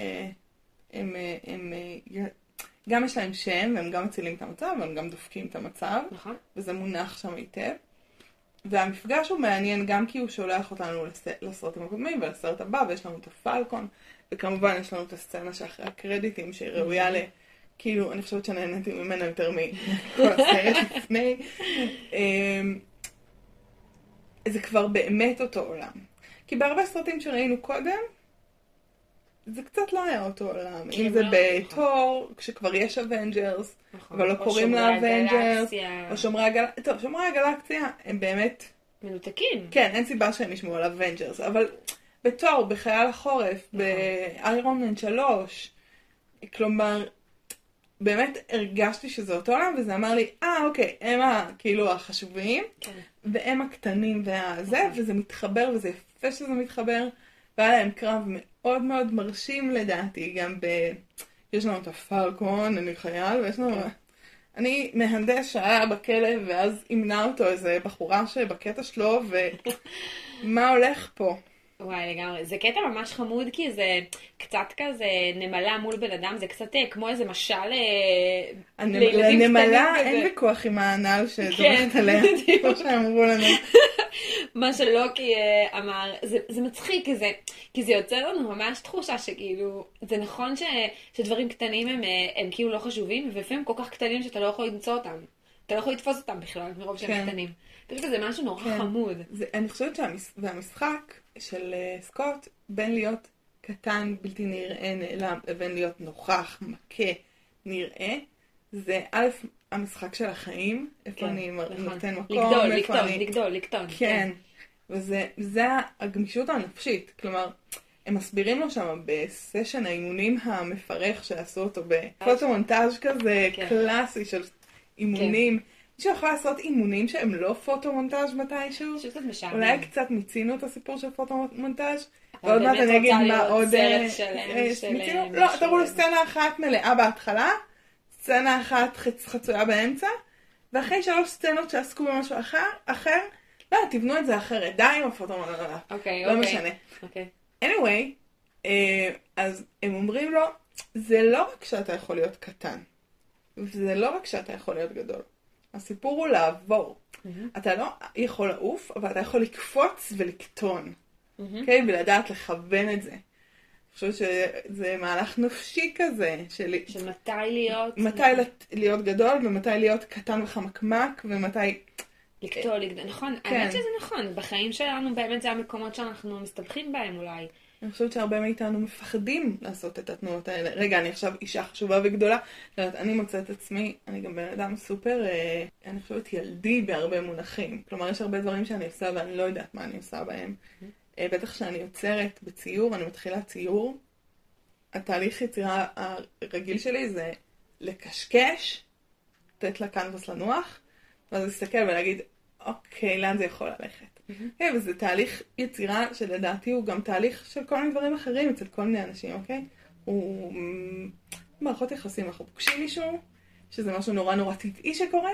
A: הם, הם, גם יש להם שם, והם גם מצילים את המצב, והם גם דופקים את המצב.
B: נכון.
A: וזה מונח שם היטב. והמפגש הוא מעניין גם כי הוא שולח אותנו לסרטים הקודמים ולסרט הבא, ויש לנו את הפלקון, וכמובן יש לנו את הסצנה שאחרי הקרדיטים, שהיא ראויה ל... כאילו, אני חושבת שנהניתי ממנה יותר מכל הסרט לפני. זה כבר באמת אותו עולם. כי בהרבה סרטים שראינו קודם, זה קצת לא היה אותו עולם. אם זה בתור, כשכבר יש אבנג'רס, אבל לא קוראים לה אבנג'רס, או שומרי הגלקסיה. טוב, שומרי הגלקסיה הם באמת...
B: מנותקים.
A: כן, אין סיבה שהם ישמעו על אבנג'רס, אבל בתור, בחייל החורף, באיירון מן שלוש, כלומר, באמת הרגשתי שזה אותו עולם, וזה אמר לי, אה, אוקיי, הם כאילו החשובים, והם הקטנים והזה, וזה מתחבר, וזה יפה שזה מתחבר, והיה להם קרב מאוד מאוד מרשים לדעתי, גם ב... יש לנו את הפלקון, אני חייל, ויש לנו... אני מהנדס שהיה בכלא, ואז ימנע אותו איזה בחורה שבקטע שלו, ומה הולך פה?
B: וואי, לגמרי. זה קטע ממש חמוד, כי זה קצת כזה נמלה מול בן אדם, זה קצת כמו איזה משל
A: הנ-
B: לילדים קטנים
A: לנמלה
B: כזה.
A: אין ויכוח עם הנעל
B: כן,
A: שדורכת עליה,
B: בדיוק.
A: כמו שאמרו לנו.
B: מה שלוקי אה, אמר, זה, זה מצחיק, כי זה, כי זה יוצר לנו ממש תחושה שכאילו, זה נכון ש, שדברים קטנים הם, אה, הם כאילו לא חשובים, ולפעמים כל כך קטנים שאתה לא יכול למצוא אותם. אתה לא יכול לתפוס אותם בכלל, מרוב שהם
A: כן.
B: קטנים. פשוט זה משהו נורא
A: כן.
B: חמוד.
A: זה, אני חושבת שהמש, והמשחק של uh, סקוט, בין להיות קטן, בלתי נראה, נעלם, לבין להיות נוכח, מכה, נראה, זה א', המשחק של החיים, איפה
B: כן,
A: אני
B: נכון.
A: נותן מקום,
B: לגדול,
A: איפה
B: לקטון,
A: אני...
B: לגדול, לקטון.
A: כן, וזה זה הגמישות הנפשית, כלומר, הם מסבירים לו שם בסשן האימונים המפרך שעשו אותו בפוטומונטאז' כזה
B: כן.
A: קלאסי של אימונים. מישהו יכול לעשות אימונים שהם לא פוטומונטאז' מתישהו?
B: פשוט קצת משעמם.
A: אולי קצת מיצינו את הסיפור של פוטומונטאז'
B: אבל
A: ועוד מעט
B: באמת
A: אני אגיד
B: רוצה
A: מה
B: להיות
A: עוד...
B: סרט
A: אה,
B: שלם
A: אה,
B: של,
A: מיצינו?
B: אה,
A: לא,
B: מישהו-
A: תראו לו סצנה אחת מלאה בהתחלה, סצנה אחת חצ- חצויה באמצע, ואחרי שלוש סצנות שעסקו במשהו אחר, אחר, לא, תבנו את זה אחרת, די עם הפוטומונטאז'.
B: אוקיי,
A: לא
B: אוקיי.
A: משנה.
B: אוקיי.
A: anyway, אה, אז הם אומרים לו, זה לא רק שאתה יכול להיות קטן, וזה לא רק שאתה יכול להיות גדול. הסיפור הוא לעבור. אתה לא יכול לעוף, אבל אתה יכול לקפוץ ולקטון. אוקיי? ולדעת לכוון את זה. אני חושבת שזה מהלך נפשי כזה, של
B: של מתי להיות...
A: מתי להיות גדול, ומתי להיות קטן וחמקמק, ומתי...
B: לקטוע, לגדול. נכון,
A: כן.
B: האמת שזה נכון. בחיים שלנו באמת זה המקומות שאנחנו מסתבכים בהם אולי.
A: אני חושבת שהרבה מאיתנו מפחדים לעשות את התנועות האלה. רגע, אני עכשיו אישה חשובה וגדולה. יודעת, אני מוצאת את עצמי, אני גם בן אדם סופר, אה, אני חושבת ילדי בהרבה מונחים. כלומר, יש הרבה דברים שאני עושה ואני לא יודעת מה אני עושה בהם. אה, בטח שאני יוצרת בציור, אני מתחילה ציור. התהליך יצירה הרגיל שלי זה לקשקש, לתת לקנבוס לנוח, ואז להסתכל ולהגיד, אוקיי, לאן זה יכול ללכת? כן, וזה תהליך יצירה שלדעתי הוא גם תהליך של כל מיני דברים אחרים אצל כל מיני אנשים, אוקיי? הוא מערכות יחסים, אנחנו פוגשים מישהו, שזה משהו נורא נורא טבעי שקורה,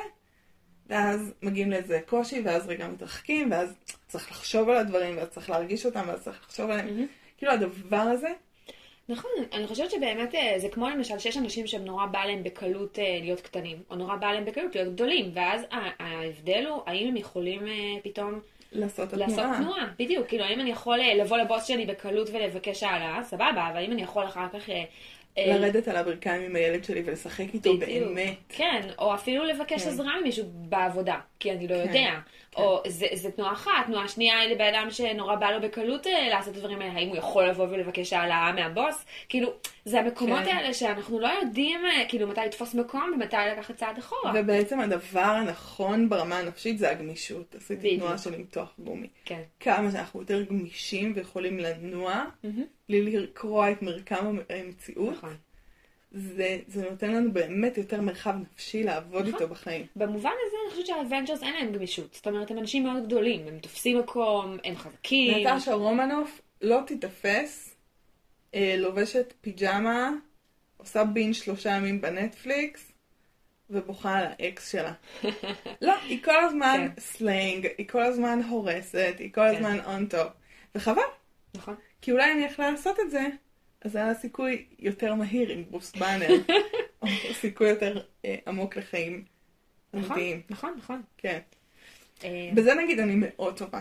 A: ואז מגיעים לאיזה קושי, ואז רגע מתרחקים, ואז צריך לחשוב על הדברים, ואז צריך להרגיש אותם, ואז צריך לחשוב עליהם. כאילו הדבר הזה,
B: נכון, אני חושבת שבאמת אה, זה כמו למשל שיש אנשים שהם נורא בא להם בקלות אה, להיות קטנים, או נורא בא להם בקלות להיות גדולים, ואז ה- ההבדל הוא האם הם יכולים אה, פתאום
A: לעשות את
B: לעשות
A: התנועה.
B: תנועה, בדיוק, כאילו האם אני יכול אה, לבוא לבוס שלי בקלות ולבקש העלאה, סבבה, אבל האם אני יכול אחר כך... אה, אה,
A: לרדת על הברכיים עם הילד שלי ולשחק איתו
B: בדיוק.
A: באמת.
B: כן, או אפילו לבקש
A: כן.
B: עזרה ממישהו בעבודה, כי אני לא
A: כן,
B: יודע.
A: כן.
B: או זה, זה תנועה אחת, תנועה שנייה היא לבן אדם שנורא בא לו בקלות אה, לעשות את הדברים האלה, האם הוא יכול לבוא ולבקש העלאה מהבוס? כאילו, זה המקומות
A: כן.
B: האלה שאנחנו לא יודעים אה, כאילו מתי לתפוס מקום ומתי לקחת צעד אחורה.
A: ובעצם הדבר הנכון ברמה הנפשית זה הגמישות. עשיתי
B: בדיוק.
A: תנועה של למתוח גומי.
B: כן.
A: כמה שאנחנו יותר גמישים ויכולים לנוע, בלי לקרוע את מרקם המציאות,
B: נכון.
A: זה, זה נותן לנו באמת יותר מרחב נפשי לעבוד
B: נכון.
A: איתו בחיים.
B: במובן הזה אני חושבת שהאבנג'רס אין להם גמישות. זאת אומרת, הם אנשים מאוד גדולים, הם תופסים מקום, הם חזקים.
A: נטשה רומנוף לא תיתפס, אה, לובשת פיג'מה, עושה בין שלושה ימים בנטפליקס, ובוכה על האקס שלה. לא, היא כל הזמן
B: כן.
A: סלנג, היא כל הזמן הורסת, היא כל
B: כן.
A: הזמן און טופ. וחבל,
B: נכון.
A: כי אולי אני יכלה לעשות את זה, אז היה לה סיכוי יותר מהיר עם ברוס באנר, או סיכוי יותר אה, עמוק לחיים
B: נכון,
A: אמיתיים.
B: נכון, נכון.
A: כן.
B: אה,
A: בזה נגיד אני מאוד טובה.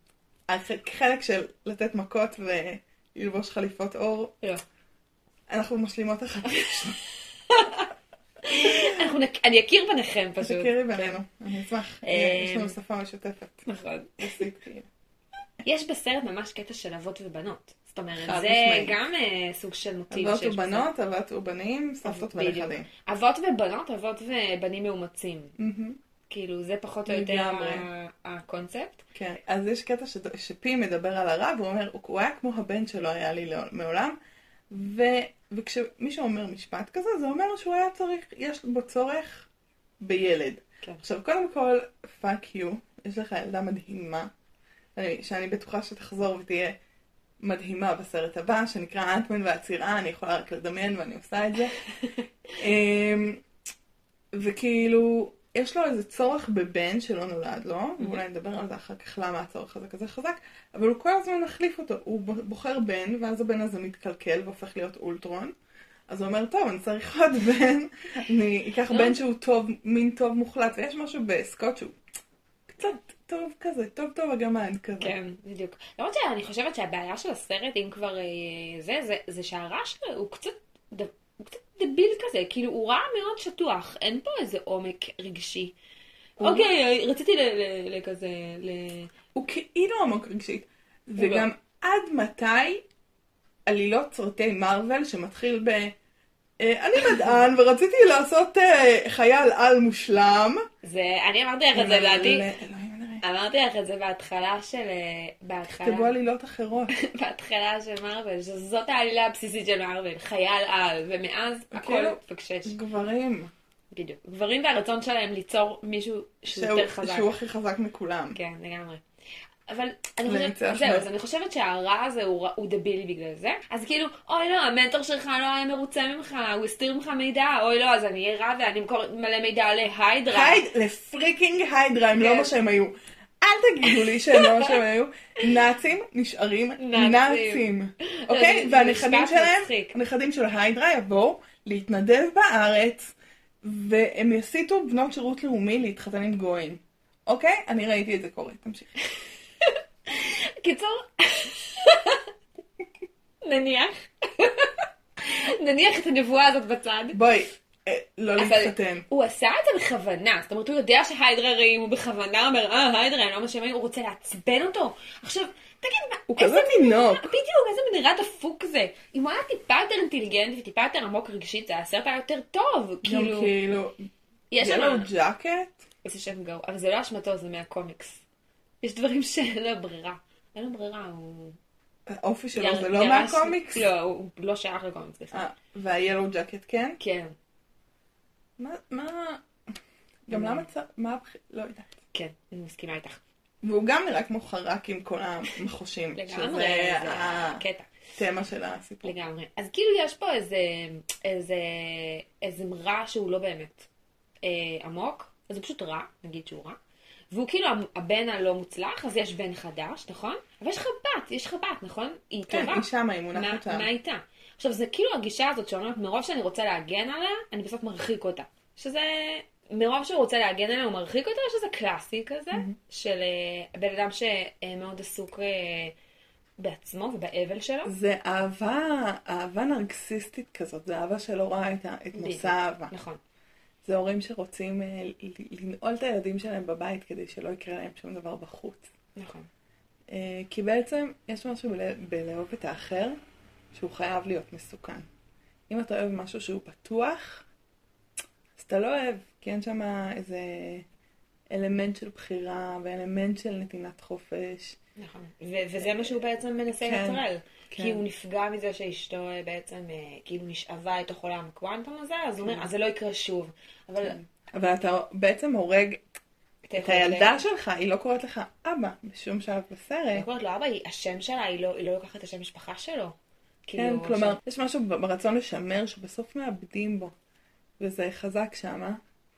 A: החלק של לתת מכות וללבוש חליפות אור,
B: לא.
A: אנחנו משלימות אחת.
B: אנחנו נק- אני אכיר ביניכם פשוט.
A: תכירי בינינו, אני אשמח.
B: אה,
A: יש לנו שפה משותפת.
B: נכון.
A: עשית כאילו.
B: יש בסרט ממש קטע של אבות ובנות. זאת אומרת,
A: חד
B: זה
A: משמעית.
B: גם אה, סוג של מוטיב
A: אבות
B: שיש בסרט.
A: ובנות, אבות ובנים, סבתות
B: בדיוק.
A: ונכדים.
B: אבות ובנות, אבות ובנים מאומצים.
A: מהמם.
B: כאילו, זה פחות או יותר
A: לגמרי.
B: ה- הקונספט.
A: כן, אז יש קטע ש- שפי מדבר על הרב, הוא אומר, הוא היה כמו הבן שלא היה לי לעול- מעולם, ו... וכשמישהו אומר משפט כזה, זה אומר שהוא היה צריך, יש בו צורך בילד.
B: כן.
A: עכשיו, קודם כל, fuck you, יש לך ילדה מדהימה, אני, שאני בטוחה שתחזור ותהיה מדהימה בסרט הבא, שנקרא אנטמן והצירה, אני יכולה רק לדמיין ואני עושה את זה. אמ, וכאילו, יש לו איזה צורך בבן שלא נולד לו, ואולי נדבר על זה אחר כך למה הצורך הזה כזה חזק, אבל הוא כל הזמן מחליף אותו. הוא בוחר בן, ואז הבן הזה מתקלקל והופך להיות אולטרון. אז הוא אומר, טוב, אני צריך עוד בן, אני אקח בן שהוא טוב, מין טוב מוחלט, ויש משהו בסקוט שהוא קצת טוב כזה, טוב טוב הגמד כזה.
B: כן, בדיוק. למרות שאני חושבת שהבעיה של הסרט, אם כבר זה, זה, זה שהרעש שלו הוא קצת, הוא קצת דביל כזה, כאילו הוא רע מאוד שטוח, אין פה איזה עומק רגשי. אוקיי, רציתי לכזה, ל...
A: הוא כאילו עומק רגשית, וגם עד מתי עלילות סרטי מרוול שמתחיל ב... אני מדען ורציתי לעשות חייל על מושלם.
B: זה, אני אמרתי לך את זה, דעתי. אמרתי לך את זה בהתחלה של...
A: כתבו עלילות אחרות.
B: בהתחלה של מרוול, שזאת העלילה הבסיסית של מרוול, חייל על, ומאז הכל פקשש.
A: גברים.
B: בדיוק. גברים והרצון שלהם ליצור מישהו שהוא יותר חזק.
A: שהוא הכי חזק מכולם.
B: כן, לגמרי. אבל אני חושבת, זהו, אז אני חושבת שהרע הזה הוא דבילי בגלל זה. אז כאילו, אוי לא, המנטור שלך לא היה מרוצה ממך, הוא הסתיר ממך מידע, אוי לא, אז אני אהיה רע ואני אמכור מלא מידע להיידרה.
A: הייד, לפריקינג היידרה, הם לא מה שהם היו. אל תגידו לי שהם לא מה שהם היו. נאצים נשארים נאצים. אוקיי? והנכדים שלהם, הנכדים של היידרה יבואו להתנדב בארץ, והם יסיתו בנות שירות לאומי להתחתן עם גויים. אוקיי? אני ראיתי את זה קורה. תמשיכי.
B: קיצור, נניח, נניח את הנבואה הזאת בצד.
A: בואי, לא להתחתן.
B: הוא עשה את זה בכוונה, זאת אומרת, הוא יודע שהיידרה רעים, הוא בכוונה אומר, אה, היידרה, אני לא משמעים, הוא רוצה לעצבן אותו. עכשיו, תגיד,
A: הוא כזה תינוק.
B: בדיוק, איזה מנהרה דפוק זה. אם הוא היה טיפה יותר אינטליגנט וטיפה יותר עמוק רגשית, זה הסרט היה יותר טוב.
A: גם כאילו, ילו ג'קט.
B: איזה שם גאו, אבל זה לא אשמתו, זה מהקומיקס. יש דברים שאין לו ברירה. אין לו ברירה, הוא...
A: האופי שלו זה לא מהקומיקס?
B: לא, הוא לא שייך לקומיקס בכלל.
A: והיילו ג'קט כן?
B: כן.
A: מה, מה... גם למה צ... מה הבחיר? לא יודעת.
B: כן, אני מסכימה איתך.
A: והוא גם נראה כמו חרק עם כל המחושים.
B: לגמרי, זה הקטע.
A: תמה של הסיפור.
B: לגמרי. אז כאילו יש פה איזה... איזה... איזה רע שהוא לא באמת עמוק. אז הוא פשוט רע, נגיד שהוא רע. והוא כאילו הבן הלא מוצלח, אז יש בן חדש, נכון? אבל יש לך בת, יש לך בת, נכון? היא טובה.
A: כן, היא שמה, היא מונחת שם.
B: מה איתה? עכשיו, זה כאילו הגישה הזאת שאומרת, מרוב שאני רוצה להגן עליה, אני בסוף מרחיק אותה. שזה, מרוב שהוא רוצה להגן עליה, הוא מרחיק אותה, שזה קלאסי כזה, של בן אדם שמאוד עסוק בעצמו ובאבל שלו.
A: זה אהבה, אהבה נרקסיסטית כזאת, זה אהבה שלא רואה את נושא האהבה.
B: נכון.
A: זה הורים שרוצים לנעול את הילדים שלהם בבית כדי שלא יקרה להם שום דבר בחוץ.
B: נכון.
A: כי בעצם יש משהו בלאהוב את האחר שהוא חייב להיות מסוכן. אם אתה אוהב משהו שהוא פתוח, אז אתה לא אוהב, כי אין שם איזה אלמנט של בחירה ואלמנט של נתינת חופש.
B: נכון. וזה מה שהוא בעצם מנסה לנטרל. כי הוא נפגע מזה שאשתו בעצם כאילו נשאבה את עולם הקוואנטום הזה, אז הוא אומר, אז זה לא יקרה שוב.
A: אבל אתה בעצם הורג את הילדה שלך, היא לא קוראת לך אבא בשום שלב בסרט.
B: היא קוראת לו אבא, השם שלה, היא לא לוקחת את השם משפחה שלו.
A: כן, כלומר, יש משהו ברצון לשמר שבסוף מאבדים בו, וזה חזק שמה.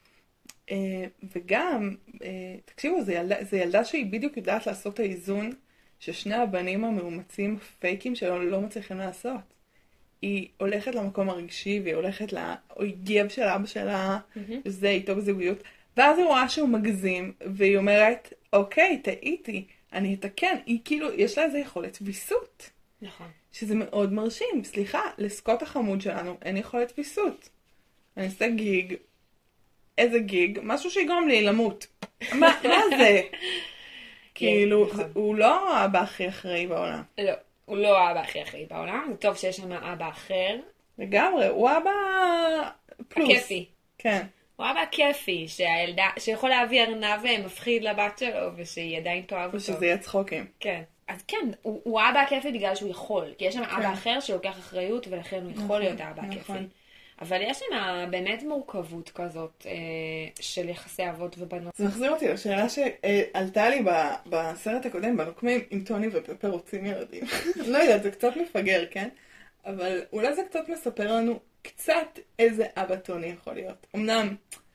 A: וגם, תקשיבו, זה ילדה שהיא בדיוק יודעת לעשות את האיזון ששני הבנים המאומצים פייקים שלו לא מצליחים לעשות. היא הולכת למקום הרגשי, והיא הולכת לאויב של אבא שלה, וזה איתו בזוגיות, ואז היא רואה שהוא מגזים, והיא אומרת, אוקיי, טעיתי, אני אתקן. היא כאילו, יש לה איזו יכולת ויסות.
B: נכון.
A: שזה מאוד מרשים. סליחה, לסקוט החמוד שלנו אין יכולת ויסות. אני אעשה גיג, איזה גיג, משהו שיגרום לי למות. מה, מה זה? כאילו, הוא לא האבא הכי אחראי בעולם.
B: לא, הוא לא האבא הכי אחראי בעולם. זה טוב שיש שם אבא אחר.
A: לגמרי, הוא אבא פלוס.
B: הכיפי.
A: כן.
B: הוא אבא כיפי, שהילדה, שיכול להביא ארנב מפחיד לבת שלו, ושהיא עדיין תאהב אותו.
A: ושזה יהיה צחוקים.
B: כן. אז כן, הוא, הוא אבא הכיפי בגלל שהוא יכול. כי יש שם אבא אחר שלוקח אחריות, ולכן הוא יכול להיות האבא הכיפי. אבל יש שם באמת מורכבות כזאת אה, של יחסי אבות ובנות.
A: זה מחזיר אותי לשאלה שעלתה לי בסרט הקודם, בנוקמים, אם טוני ופפר רוצים ילדים. לא יודעת, זה קצת מפגר, כן? אבל אולי זה קצת מספר לנו קצת איזה אבא טוני יכול להיות. אמנם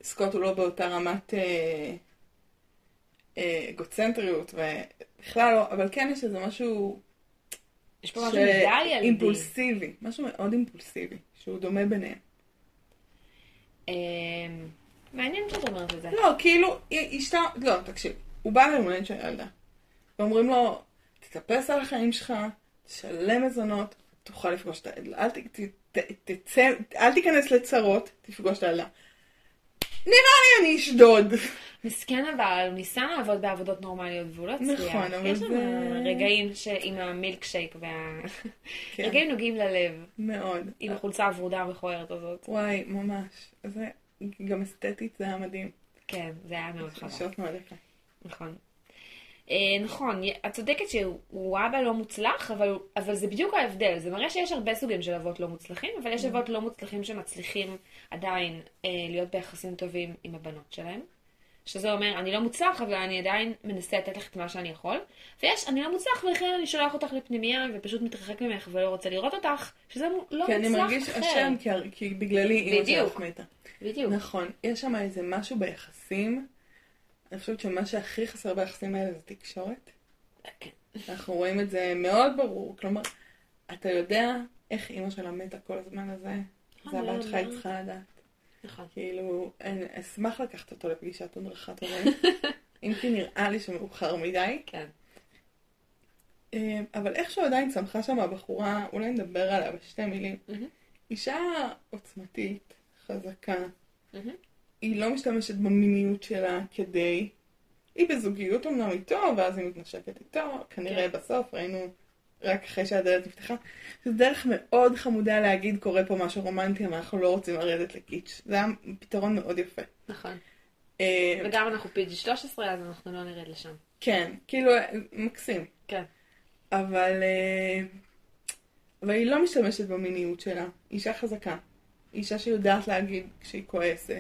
A: סקוט הוא לא באותה רמת אה, אה, אגוצנטריות, ובכלל לא, אבל כן יש איזה משהו
B: יש פה משהו מדי ילדי.
A: אימפולסיבי, משהו מאוד אימפולסיבי, שהוא דומה ביניהם.
B: אמ, מעניין שאת אומרת את זה.
A: לא, כאילו, אשתה, לא, תקשיב, הוא בא ליומנית של ילדה, ואומרים לו, תתאפס על החיים שלך, תשלם מזונות, תוכל לפגוש את הילדה, אל, ת, ת, ת, תצא, אל תיכנס לצרות, תפגוש את הילדה. נראה לי אני אשדוד.
B: מסכן אבל, הוא ניסה לעבוד בעבודות נורמליות והוא לא הצליח.
A: נכון, אבל
B: יש
A: זה...
B: שם רגעים עם המילקשייק וה...
A: כן.
B: רגעים נוגעים ללב.
A: מאוד.
B: עם החולצה הוורודה המכוערת הזאת.
A: וואי, ממש. זה גם אסתטית, זה היה מדהים.
B: כן, זה היה מאוד חבל.
A: שוט מאוד יפה.
B: נכון. נכון, את צודקת שהוא אבא לא מוצלח, אבל, אבל זה בדיוק ההבדל. זה מראה שיש הרבה סוגים של אבות לא מוצלחים, אבל יש אבות לא מוצלחים שמצליחים עדיין אה, להיות ביחסים טובים עם הבנות שלהם. שזה אומר, אני לא מוצלח, אבל אני עדיין מנסה לתת לך את מה שאני יכול. ויש, אני לא מוצלח, ולכן אני שולח אותך לפנימיה, ופשוט מתרחק ממך ולא רוצה לראות אותך, שזה לא מוצלח אחר.
A: כי אני מרגיש אשם, כי, כי בגללי אימא שלך מתה.
B: בדיוק.
A: נכון, יש שם איזה משהו ביחסים, אני חושבת שמה שהכי חסר ביחסים האלה זה תקשורת.
B: כן.
A: אנחנו רואים את זה מאוד ברור, כלומר, אתה יודע איך אימא שלה מתה כל הזמן הזה, זה הבת שלך היא צריכה לדעת.
B: נכון.
A: כאילו, אני אשמח לקחת אותו לפגישת הדרכת הורים, אם כי נראה לי שמאוחר מדי.
B: כן.
A: אבל איכשהו עדיין צמחה שם הבחורה, אולי נדבר עליה בשתי מילים. אישה עוצמתית, חזקה, היא לא משתמשת במיניות שלה כדי, היא בזוגיות אמנם איתו, ואז היא מתנשקת איתו, כנראה בסוף ראינו רק אחרי שהדלת נפתחה. זו דרך מאוד חמודה להגיד קורה פה משהו רומנטי, אבל אנחנו לא רוצים לרדת לקיץ'. זה היה פתרון מאוד יפה.
B: נכון. וגם אנחנו פי ג'י שלוש עשרה, אז אנחנו לא נרד לשם.
A: כן, כאילו מקסים.
B: כן.
A: אבל, אבל היא לא משתמשת במיניות שלה. אישה חזקה. אישה שיודעת להגיד כשהיא כועסת.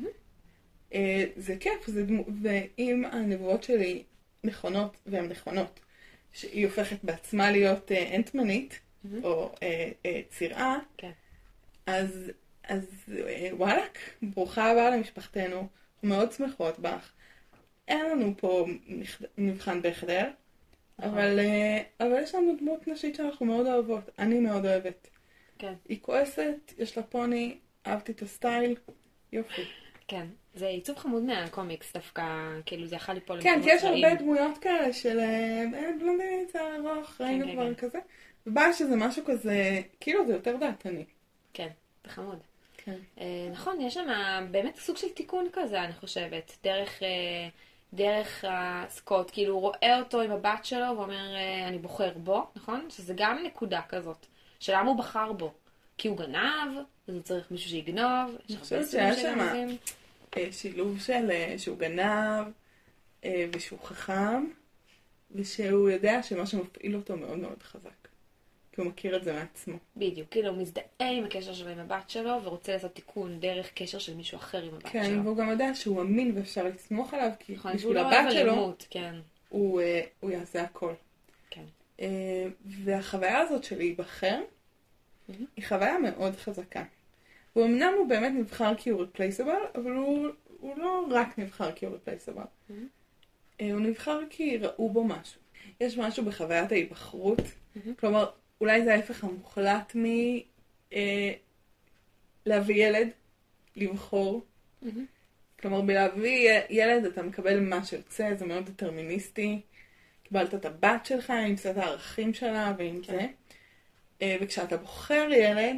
A: זה כיף, זה דמו... ואם הנבואות שלי נכונות, והן נכונות, שהיא הופכת בעצמה להיות אה, אנטמנית, mm-hmm. או אה, אה, צירה, okay. אז, אז אה, וואלק, ברוכה הבאה למשפחתנו, אנחנו מאוד שמחות בך. אין לנו פה מבחן בחדר, okay. אבל, אה, אבל יש לנו דמות נשית שאנחנו מאוד אוהבות, אני מאוד אוהבת. Okay. היא כועסת, יש לה פוני, אהבתי את הסטייל, יופי.
B: כן, זה עיצוב חמוד מהקומיקס דווקא, כאילו זה יכול ליפול
A: כן, כי יש הרבה דמויות כאלה של בלונדינית, זה ארוך, ראינו כבר כזה. ובא שזה משהו כזה, כאילו זה יותר דעתני.
B: כן, זה חמוד.
A: כן.
B: נכון, יש שם באמת סוג של תיקון כזה, אני חושבת, דרך, דרך הסקוט, כאילו הוא רואה אותו עם הבת שלו ואומר, אני בוחר בו, נכון? שזה גם נקודה כזאת, שלמה הוא בחר בו. כי הוא גנב, אז הוא צריך מישהו שיגנוב.
A: אני חושבת שהיה שם שילוב של שהוא גנב, ושהוא חכם, ושהוא יודע שמה שמפעיל אותו מאוד מאוד חזק. כי הוא מכיר את זה מעצמו.
B: בדיוק, כאילו הוא מזדהה עם הקשר שלו עם הבת שלו, ורוצה לעשות תיקון דרך קשר של מישהו אחר עם הבת
A: כן,
B: שלו.
A: כן, והוא גם יודע שהוא אמין ואפשר לסמוך עליו, כי
B: נכון,
A: בשביל
B: לא
A: הבת שלו,
B: למות, כן.
A: הוא, הוא יעשה הכל.
B: כן.
A: והחוויה הזאת של להיבחר, היא חוויה מאוד חזקה. ואומנם הוא באמת נבחר כי הוא ריפלייסבל, אבל הוא, הוא לא רק נבחר כי הוא ריפלייסבל. Mm-hmm. הוא נבחר כי ראו בו משהו. יש משהו בחוויית ההיבחרות, mm-hmm. כלומר, אולי זה ההפך המוחלט מ... אה, להביא ילד, לבחור. Mm-hmm. כלומר, בלהביא ילד אתה מקבל מה שיוצא, זה מאוד דטרמיניסטי. קיבלת את הבת שלך עם קצת הערכים שלה ועם okay. זה. וכשאתה בוחר ילד,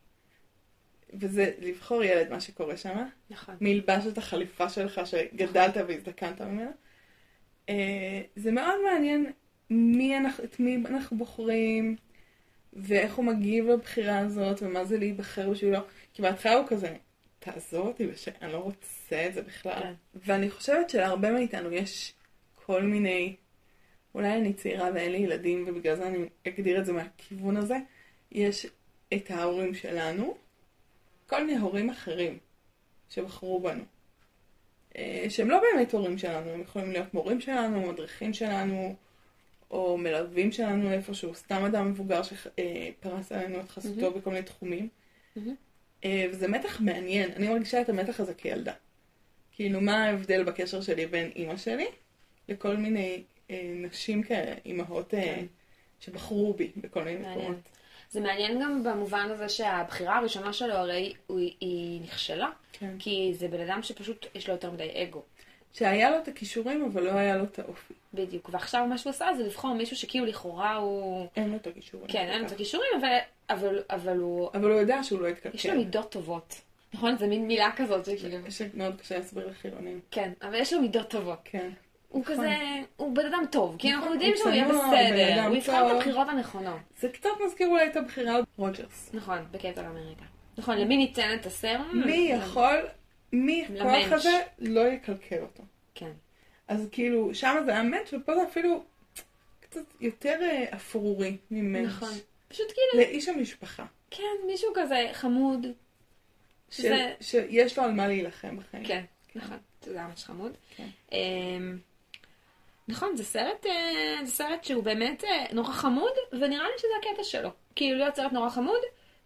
A: וזה לבחור ילד מה שקורה שם,
B: נכון.
A: מלבש את החליפה שלך שגדלת נכון. והזדקנת ממנה, זה מאוד מעניין מי אנחנו, את מי אנחנו בוחרים, ואיך הוא מגיב לבחירה הזאת, ומה זה להיבחר בשבילו. כי בהתחלה הוא כזה, תעזור אותי ושאני לא רוצה את זה בכלל. כן. ואני חושבת שלהרבה מאיתנו יש כל מיני, אולי אני צעירה ואין לי ילדים, ובגלל זה אני אגדיר את זה מהכיוון הזה, יש את ההורים שלנו, כל מיני הורים אחרים שבחרו בנו. שהם לא באמת הורים שלנו, הם יכולים להיות מורים שלנו, מדריכים שלנו, או מלווים שלנו איפשהו, סתם אדם מבוגר שפרס עלינו את חסותו mm-hmm. בכל מיני תחומים. Mm-hmm. וזה מתח מעניין, אני מרגישה את המתח הזה כילדה. כאילו, מה ההבדל בקשר שלי בין אימא שלי לכל מיני אה, נשים כאלה, אימהות אה,
B: כן.
A: שבחרו בי בכל מיני
B: מעניין.
A: מקומות.
B: זה מעניין גם במובן הזה שהבחירה הראשונה שלו הרי הוא- היא נכשלה.
A: כן.
B: כי זה בן אדם שפשוט יש לו יותר מדי אגו.
A: שהיה לו את הכישורים, אבל לא היה לו את האופי.
B: בדיוק. ועכשיו מה שהוא עושה זה לבחור מישהו שכאילו לכאורה הוא...
A: אין לו את הכישורים.
B: כן, אין לו את הכישורים, אבל, אבל, אבל הוא...
A: אבל הוא יודע שהוא לא יתקלקל.
B: יש לו מידות טובות. נכון? זה מין מילה כזאת שכאילו...
A: שמאוד קשה להסביר לחילונים.
B: כן, אבל יש לו מידות טובות.
A: כן.
B: הוא
A: נכון.
B: כזה... הוא בן אדם טוב. כי
A: נכון,
B: אנחנו יודעים
A: הוא
B: שהוא יהיה
A: צנוע, הוא בן
B: בסדר.
A: אדם
B: הוא יבחר את
A: טוב.
B: הבחירות הנכונות.
A: זה קצת מזכיר אולי את הבחירה על רוג'רס.
B: נכון, בקטע אמריקה. נכון, למי ניתן את הסרום?
A: מי יכול, מי הכוח
B: למנץ'.
A: הזה לא יקלקל אותו.
B: כן.
A: אז כאילו, שם זה המנץ' ופה זה אפילו קצת יותר אה, אפרורי ממנץ'.
B: נכון. פשוט כאילו...
A: לאיש המשפחה.
B: כן, מישהו כזה חמוד.
A: של-
B: שזה...
A: שיש לו על מה להילחם בחיים.
B: כן, נכון. זה היה ממש חמוד.
A: כן.
B: אמ, נכון, זה סרט, אה, זה סרט שהוא באמת אה, נורא חמוד, ונראה לי שזה הקטע שלו. כאילו להיות סרט נורא חמוד,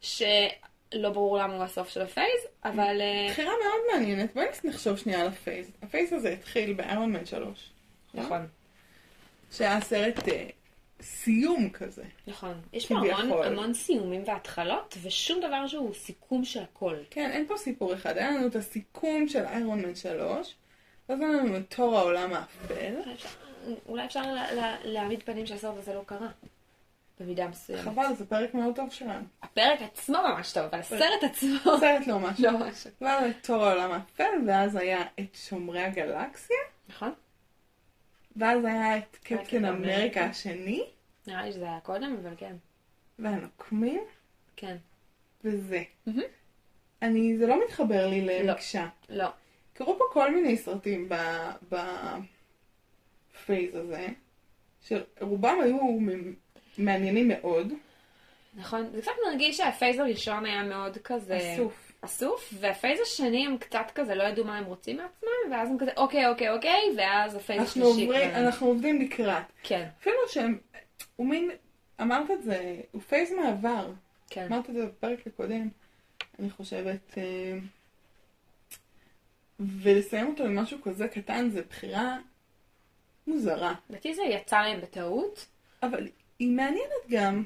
B: שלא ברור למה הוא הסוף של הפייז, אבל... אה,
A: בחירה מאוד מעניינת. בואי נחשוב שנייה על הפייס. הפייס הזה התחיל באיירון מן שלוש.
B: נכון,
A: שהיה סרט אה, סיום כזה.
B: נכון. יש פה
A: כביכול.
B: המון, המון סיומים והתחלות, ושום דבר שהוא סיכום של הכל.
A: כן, אין פה סיפור אחד. היה לנו את הסיכום של איירון מן שלוש, ואז היה לנו את תור העולם האפל.
B: אפשר, אולי אפשר לה, לה, להעמיד פנים שהסרט הזה לא קרה. במידה מסוימת.
A: חבל, זה פרק מאוד טוב שלנו.
B: הפרק עצמו ממש טוב, אבל הסרט עצמו...
A: סרט לא משהו.
B: לא משהו.
A: ואז את תור העולם האפל, ואז היה את שומרי הגלקסיה,
B: נכון?
A: ואז היה את קפטן
B: קפטן
A: אמריקה
B: אמריקה.
A: השני,
B: נראה לי שזה היה קודם, אבל כן.
A: והנוקמים,
B: כן.
A: וזה.
B: מהמם.
A: אני, זה לא מתחבר לי למקשה.
B: לא.
A: קראו פה כל מיני סרטים בפייז הזה, שרובם היו מ- מעניינים מאוד.
B: נכון, זה קצת מרגיש שהפייז הראשון היה מאוד כזה...
A: אסוף.
B: אסוף, והפייז השני הם קצת כזה לא ידעו מה הם רוצים מעצמם, ואז הם כזה אוקיי, אוקיי, אוקיי, ואז הפייז
A: אנחנו
B: השלישי
A: עוברים,
B: כבר...
A: אנחנו עובדים לקראת.
B: כן,
A: אפילו שהם, הוא מין, אמרת את זה, הוא פייז מעבר.
B: כן.
A: אמרת את זה בפרק הקודם, אני חושבת. אה, ולסיים אותו עם משהו כזה קטן, זה בחירה מוזרה.
B: לדעתי זה יצא להם בטעות.
A: אבל היא מעניינת גם.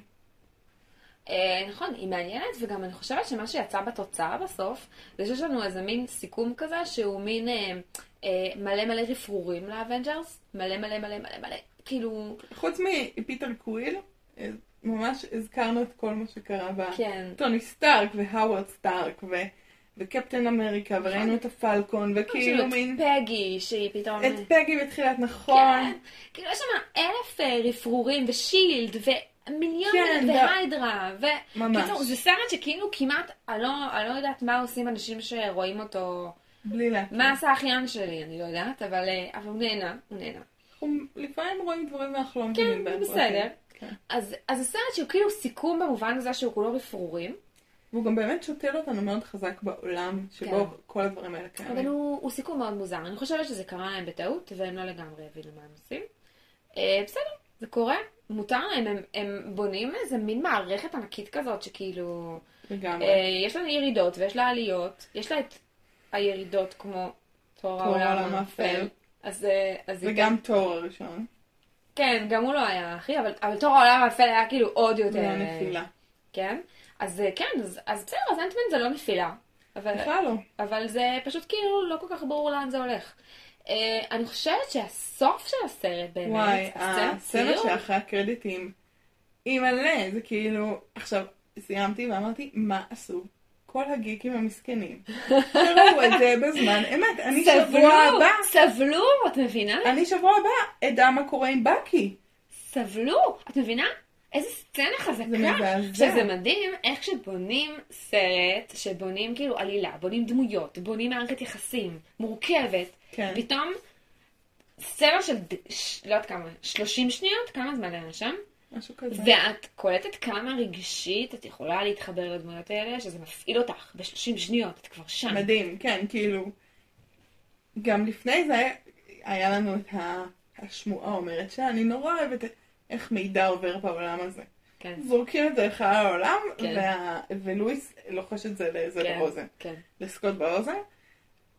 B: אה, נכון, היא מעניינת, וגם אני חושבת שמה שיצא בתוצאה בסוף, זה שיש לנו איזה מין סיכום כזה, שהוא מין אה, אה, מלא מלא רפרורים לאבנג'רס, מלא מלא מלא מלא מלא, כאילו...
A: חוץ מפיטר קוויל, אה, ממש הזכרנו את כל מה שקרה בה.
B: כן.
A: טוני סטארק והאוורד סטארק ו... וקפטן אמריקה, וראינו את הפלקון, וכאילו
B: יש
A: מין...
B: לנו את פגי, שהיא פתאום...
A: את פגי בתחילת, נכון.
B: כן, כאילו יש שם אלף אה, רפרורים ושילד ומיליון
A: כן,
B: והיידרה ו...
A: ממש.
B: קיצור, זה סרט שכאילו כמעט, אני לא, אני לא יודעת מה עושים אנשים שרואים אותו,
A: בלי להכיר.
B: מה עשה האחיין שלי, אני לא יודעת, אבל, אה, אבל הוא נהנה, הוא נהנה.
A: אנחנו לפעמים רואים דברים ואנחנו לא
B: כן,
A: מבינים בהם.
B: בסדר.
A: פרטים. כן.
B: אז, אז זה סרט שהוא כאילו סיכום במובן הזה שהוא כולו רפרורים,
A: והוא גם באמת שותל אותנו מאוד חזק בעולם, שבו
B: כן.
A: כל הדברים האלה קיימים.
B: אבל הוא, הוא סיכום מאוד מוזר. אני חושבת שזה קרה להם בטעות, והם לא לגמרי הבינו מה הם עושים. אה, בסדר, זה קורה, מותר להם, הם, הם בונים איזה מין מערכת ענקית כזאת, שכאילו...
A: לגמרי.
B: אה, יש לה ירידות ויש לה עליות, יש לה את הירידות כמו תור העולם האפל. אז, אה, אז היא
A: וגם תור הראשון.
B: כן, גם הוא לא היה הכי, אבל, אבל תור העולם האפל היה כאילו עוד יותר...
A: זה היה נפילה.
B: כן? אז אה, כן, אז, אז בסדר, אז אנטמן זה לא נפילה. אבל,
A: בכלל לא.
B: אבל זה פשוט כאילו לא כל כך ברור לאן זה הולך. אה, אני חושבת שהסוף של הסרט באמת,
A: וואי,
B: הסצנת
A: הסצנה
B: סיום,
A: שאחרי הקרדיטים, היא מלא, זה כאילו, עכשיו, סיימתי ואמרתי, מה עשו כל הגיקים המסכנים? שראו את זה בזמן אמת, אני שבוע
B: סבלו,
A: הבא,
B: סבלו, את מבינה?
A: אני שבוע הבא, אדע מה קורה עם בקי.
B: סבלו, את מבינה? איזה סצנה חזקה.
A: זה מזעזע.
B: שזה מדהים איך שבונים סרט, שבונים כאילו עלילה, בונים דמויות, בונים מערכת יחסים מורכבת,
A: כן.
B: פתאום סצנה של, ד- ש... לא יודעת כמה, שלושים שניות? כמה זמן היה שם?
A: משהו כזה.
B: ואת קולטת כמה רגשית את יכולה להתחבר לדמויות האלה, שזה מפעיל אותך ב-שלושים שניות, את כבר שם.
A: מדהים, כן, כאילו, גם לפני זה היה לנו את ה- השמועה אומרת שאני נורא אוהבת איך מידע עובר בעולם הזה.
B: כן.
A: זורקים את זה לחלל העולם,
B: כן.
A: וה... ולואיס לוחש את זה לאיזה
B: כן,
A: באוזן.
B: כן.
A: לסקוט באוזן.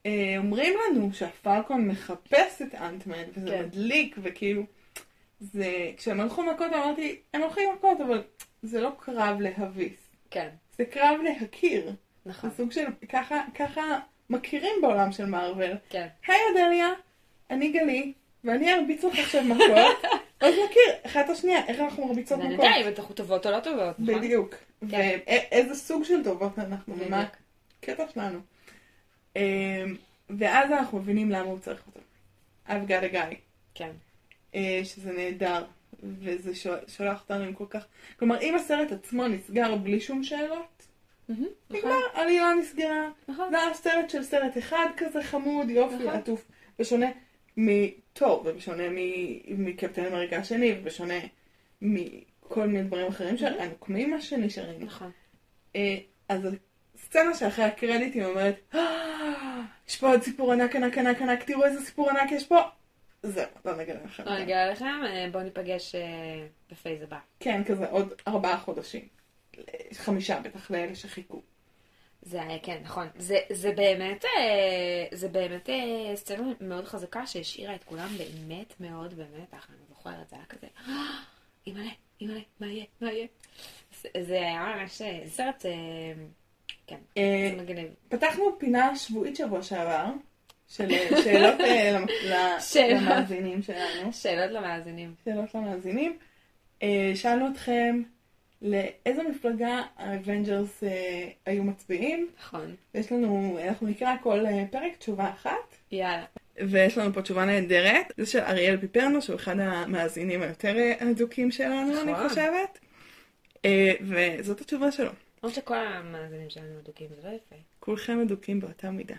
A: אה, אומרים לנו שהפלקון מחפש את אנטמן, וזה
B: כן.
A: מדליק, וכאילו, זה, כשהם הלכו מכות, אמרתי, הם הולכים מכות, אבל זה לא קרב להביס.
B: כן.
A: זה קרב להכיר.
B: נכון.
A: זה סוג של, ככה, ככה מכירים בעולם של מארוול.
B: כן.
A: היי אודליה, אני גלי, ואני ארביץ לך עכשיו מכות, אז נכיר, אחת השנייה, איך אנחנו מרביצות מכות.
B: נדע אם אנחנו טובות או לא טובות, נכון?
A: בדיוק.
B: כן.
A: ואיזה סוג של טובות אנחנו,
B: בדיוק.
A: מה הקטע שלנו. אמ, ואז אנחנו מבינים למה הוא צריך אותו. I've got a guy.
B: כן.
A: אה, שזה נהדר, וזה שול- שולח אותנו עם כל כך... כלומר, אם הסרט עצמו נסגר בלי שום שאלות,
B: נכון.
A: נגמר, עלילה נסגרה.
B: נכון.
A: זה היה סרט של סרט אחד כזה חמוד, יופי,
B: נכון.
A: עטוף. בשונה מתור, ובשונה מ- מקפטן אמריקה השני, ובשונה מכל מיני דברים אחרים שלנו, כמו מה שנשארים.
B: נכון.
A: אה, אז הסצנה שאחרי הקרדיטים אומרת, "אה, יש פה עוד סיפור ענק ענק ענק ענק, תראו איזה סיפור ענק יש פה. זהו, לא נגלה לכם.
B: לא נגיע לכם, אה, בואו ניפגש אה, בפייז הבא.
A: כן, כזה עוד ארבעה חודשים. חמישה בטח לאלה שחיכו.
B: זה היה, כן, נכון. זה, זה באמת, אה, זה באמת אה, סצנה מאוד חזקה שהשאירה את כולם באמת מאוד במתח. אני זוכרת, זה היה כזה, "אה, אימא'לה, אימא'לה, מה יהיה, מה יהיה?" זה, זה היה ממש, אה, זה סרט, אה, כן,
A: אה,
B: זה מגניב.
A: פתחנו פינה שבועית שבוע שעבר, של אה, שאלות אה, למ- ל-
B: שאלות.
A: למאזינים שלנו.
B: שאלות למאזינים.
A: שאלות למאזינים. אה, שאלנו אתכם לאיזו מפלגה האבנג'רס אה, היו מצביעים.
B: נכון.
A: יש לנו, אנחנו נקרא כל אה, פרק תשובה אחת.
B: יאללה.
A: ויש לנו פה תשובה נהדרת. זה של אריאל פיפרנו, שהוא אחד המאזינים היותר אה, הדוקים שלנו,
B: נכון.
A: אני חושבת. אה, וזאת התשובה שלו.
B: למרות שכל המאזינים שלנו אדוקים, זה לא יפה.
A: כולכם אדוקים באותה מידה.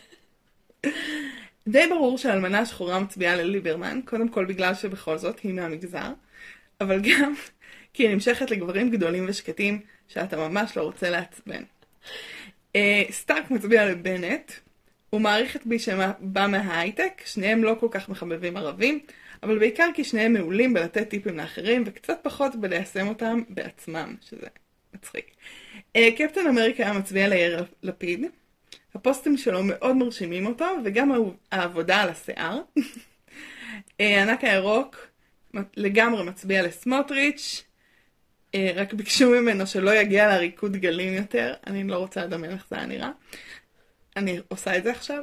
A: די ברור שהאלמנה השחורה מצביעה לליברמן, קודם כל בגלל שבכל זאת היא מהמגזר, אבל גם כי היא נמשכת לגברים גדולים ושקטים שאתה ממש לא רוצה לעצבן. אה, סטארק מצביע לבנט, הוא מעריך את מי שבא מההייטק, שניהם לא כל כך מחבבים ערבים, אבל בעיקר כי שניהם מעולים בלתת טיפים לאחרים וקצת פחות בליישם אותם בעצמם, שזה מצחיק. אה, קפטן אמריקה מצביע ליאיר לפיד, הפוסטים שלו מאוד מרשימים אותו, וגם העבודה על השיער. הענק הירוק לגמרי מצביע לסמוטריץ', רק ביקשו ממנו שלא יגיע לריקוד גלים יותר, אני לא רוצה לדמיין איך זה היה נראה. אני עושה את זה עכשיו.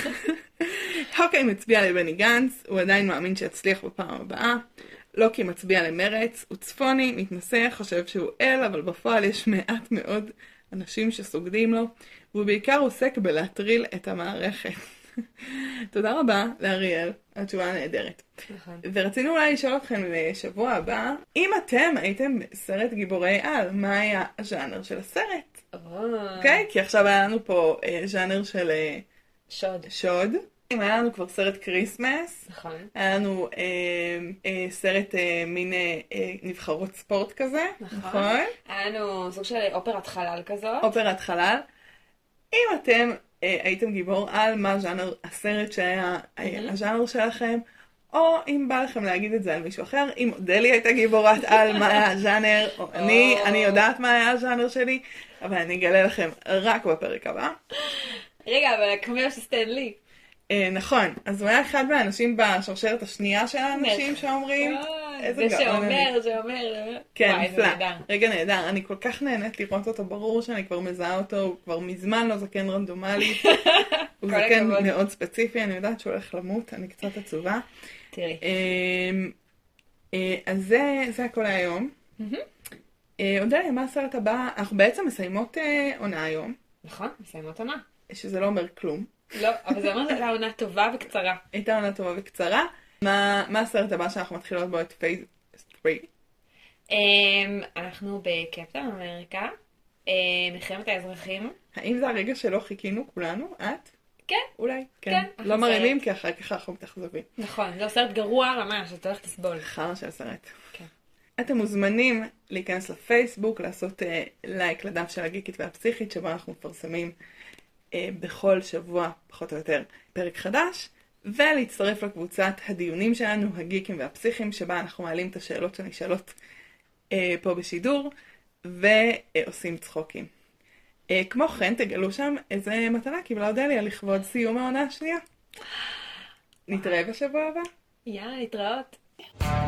A: הוקי מצביע לבני גנץ, הוא עדיין מאמין שיצליח בפעם הבאה. לוקי מצביע למרץ, הוא צפוני, מתנסה, חושב שהוא אל, אבל בפועל יש מעט מאוד אנשים שסוגדים לו, והוא בעיקר עוסק בלהטריל את המערכת. תודה רבה לאריאל, התשובה הנהדרת.
B: נכון.
A: ורצינו אולי לשאול אתכם לשבוע הבא, אם אתם הייתם בסרט גיבורי על, מה היה הז'אנר של הסרט? אוקיי? כי עכשיו היה לנו פה אה, ז'אנר של אה,
B: שוד.
A: שוד. אם היה לנו כבר סרט קריסמס,
B: נכון.
A: היה לנו אה, אה, סרט אה, מין אה, אה, נבחרות ספורט כזה,
B: נכון.
A: נכון?
B: היה לנו סוג של אופרת חלל כזאת.
A: אופרת חלל. אם אתם אה, הייתם גיבור על, מה ז'אנר הסרט שהיה אה, הז'אנר שלכם, או אם בא לכם להגיד את זה על מישהו אחר, אם אודלי הייתה גיבורת על, מה היה הז'אנר, או אני, אני יודעת מה היה הז'אנר שלי, אבל אני אגלה לכם רק בפרק הבא.
B: רגע, אבל כמו שסטן לי.
A: אה, נכון, אז הוא היה אחד מהאנשים בשרשרת השנייה של האנשים שאומרים, איזה
B: זה
A: גאון אני.
B: שאומר, זה אומר.
A: כן,
B: וואי, זה
A: נפלא.
B: נהדר.
A: רגע נהדר, אני כל כך נהנית לראות אותו, ברור שאני כבר מזהה אותו, הוא כבר מזמן לא זקן רנדומלי, הוא
B: כל
A: זקן
B: הכבוד.
A: מאוד ספציפי, אני יודעת שהוא הולך למות, אני קצת עצובה.
B: תראי.
A: אה, אה, אז זה, זה הכל היום. אה, אודליה, מה הסרט הבא? אנחנו בעצם מסיימות אה, עונה היום,
B: נכון, מסיימות עונה.
A: שזה לא אומר כלום.
B: לא, אבל זה אומר שהייתה עונה טובה וקצרה.
A: הייתה עונה טובה וקצרה. מה, מה הסרט הבא שאנחנו מתחילות בו את פייז שלוש?
B: אמ, אנחנו בקפטן אמריקה, אמ, מלחמת האזרחים.
A: האם זה הרגע שלא חיכינו כולנו? את?
B: כן,
A: אולי? כן.
B: כן,
A: לא
B: אנחנו
A: מרימים כי אחר כך אנחנו מתאכזבים.
B: נכון, זה סרט גרוע ממש, אתה הולך לסבול.
A: חרא של סרט.
B: כן.
A: אתם מוזמנים להיכנס לפייסבוק, לעשות אה, לייק לדף של הגיקית והפסיכית, שבו אנחנו מפרסמים אה, בכל שבוע, פחות או יותר, פרק חדש, ולהצטרף לקבוצת הדיונים שלנו, הגיקים והפסיכים, שבה אנחנו מעלים את השאלות שנשאלות אה, פה בשידור, ועושים צחוקים. אה, כמו כן, תגלו שם איזה מתנה קיבלה אודליה לכבוד סיום העונה השנייה. נתראה בשבוע הבא.
B: יאללה, להתראות.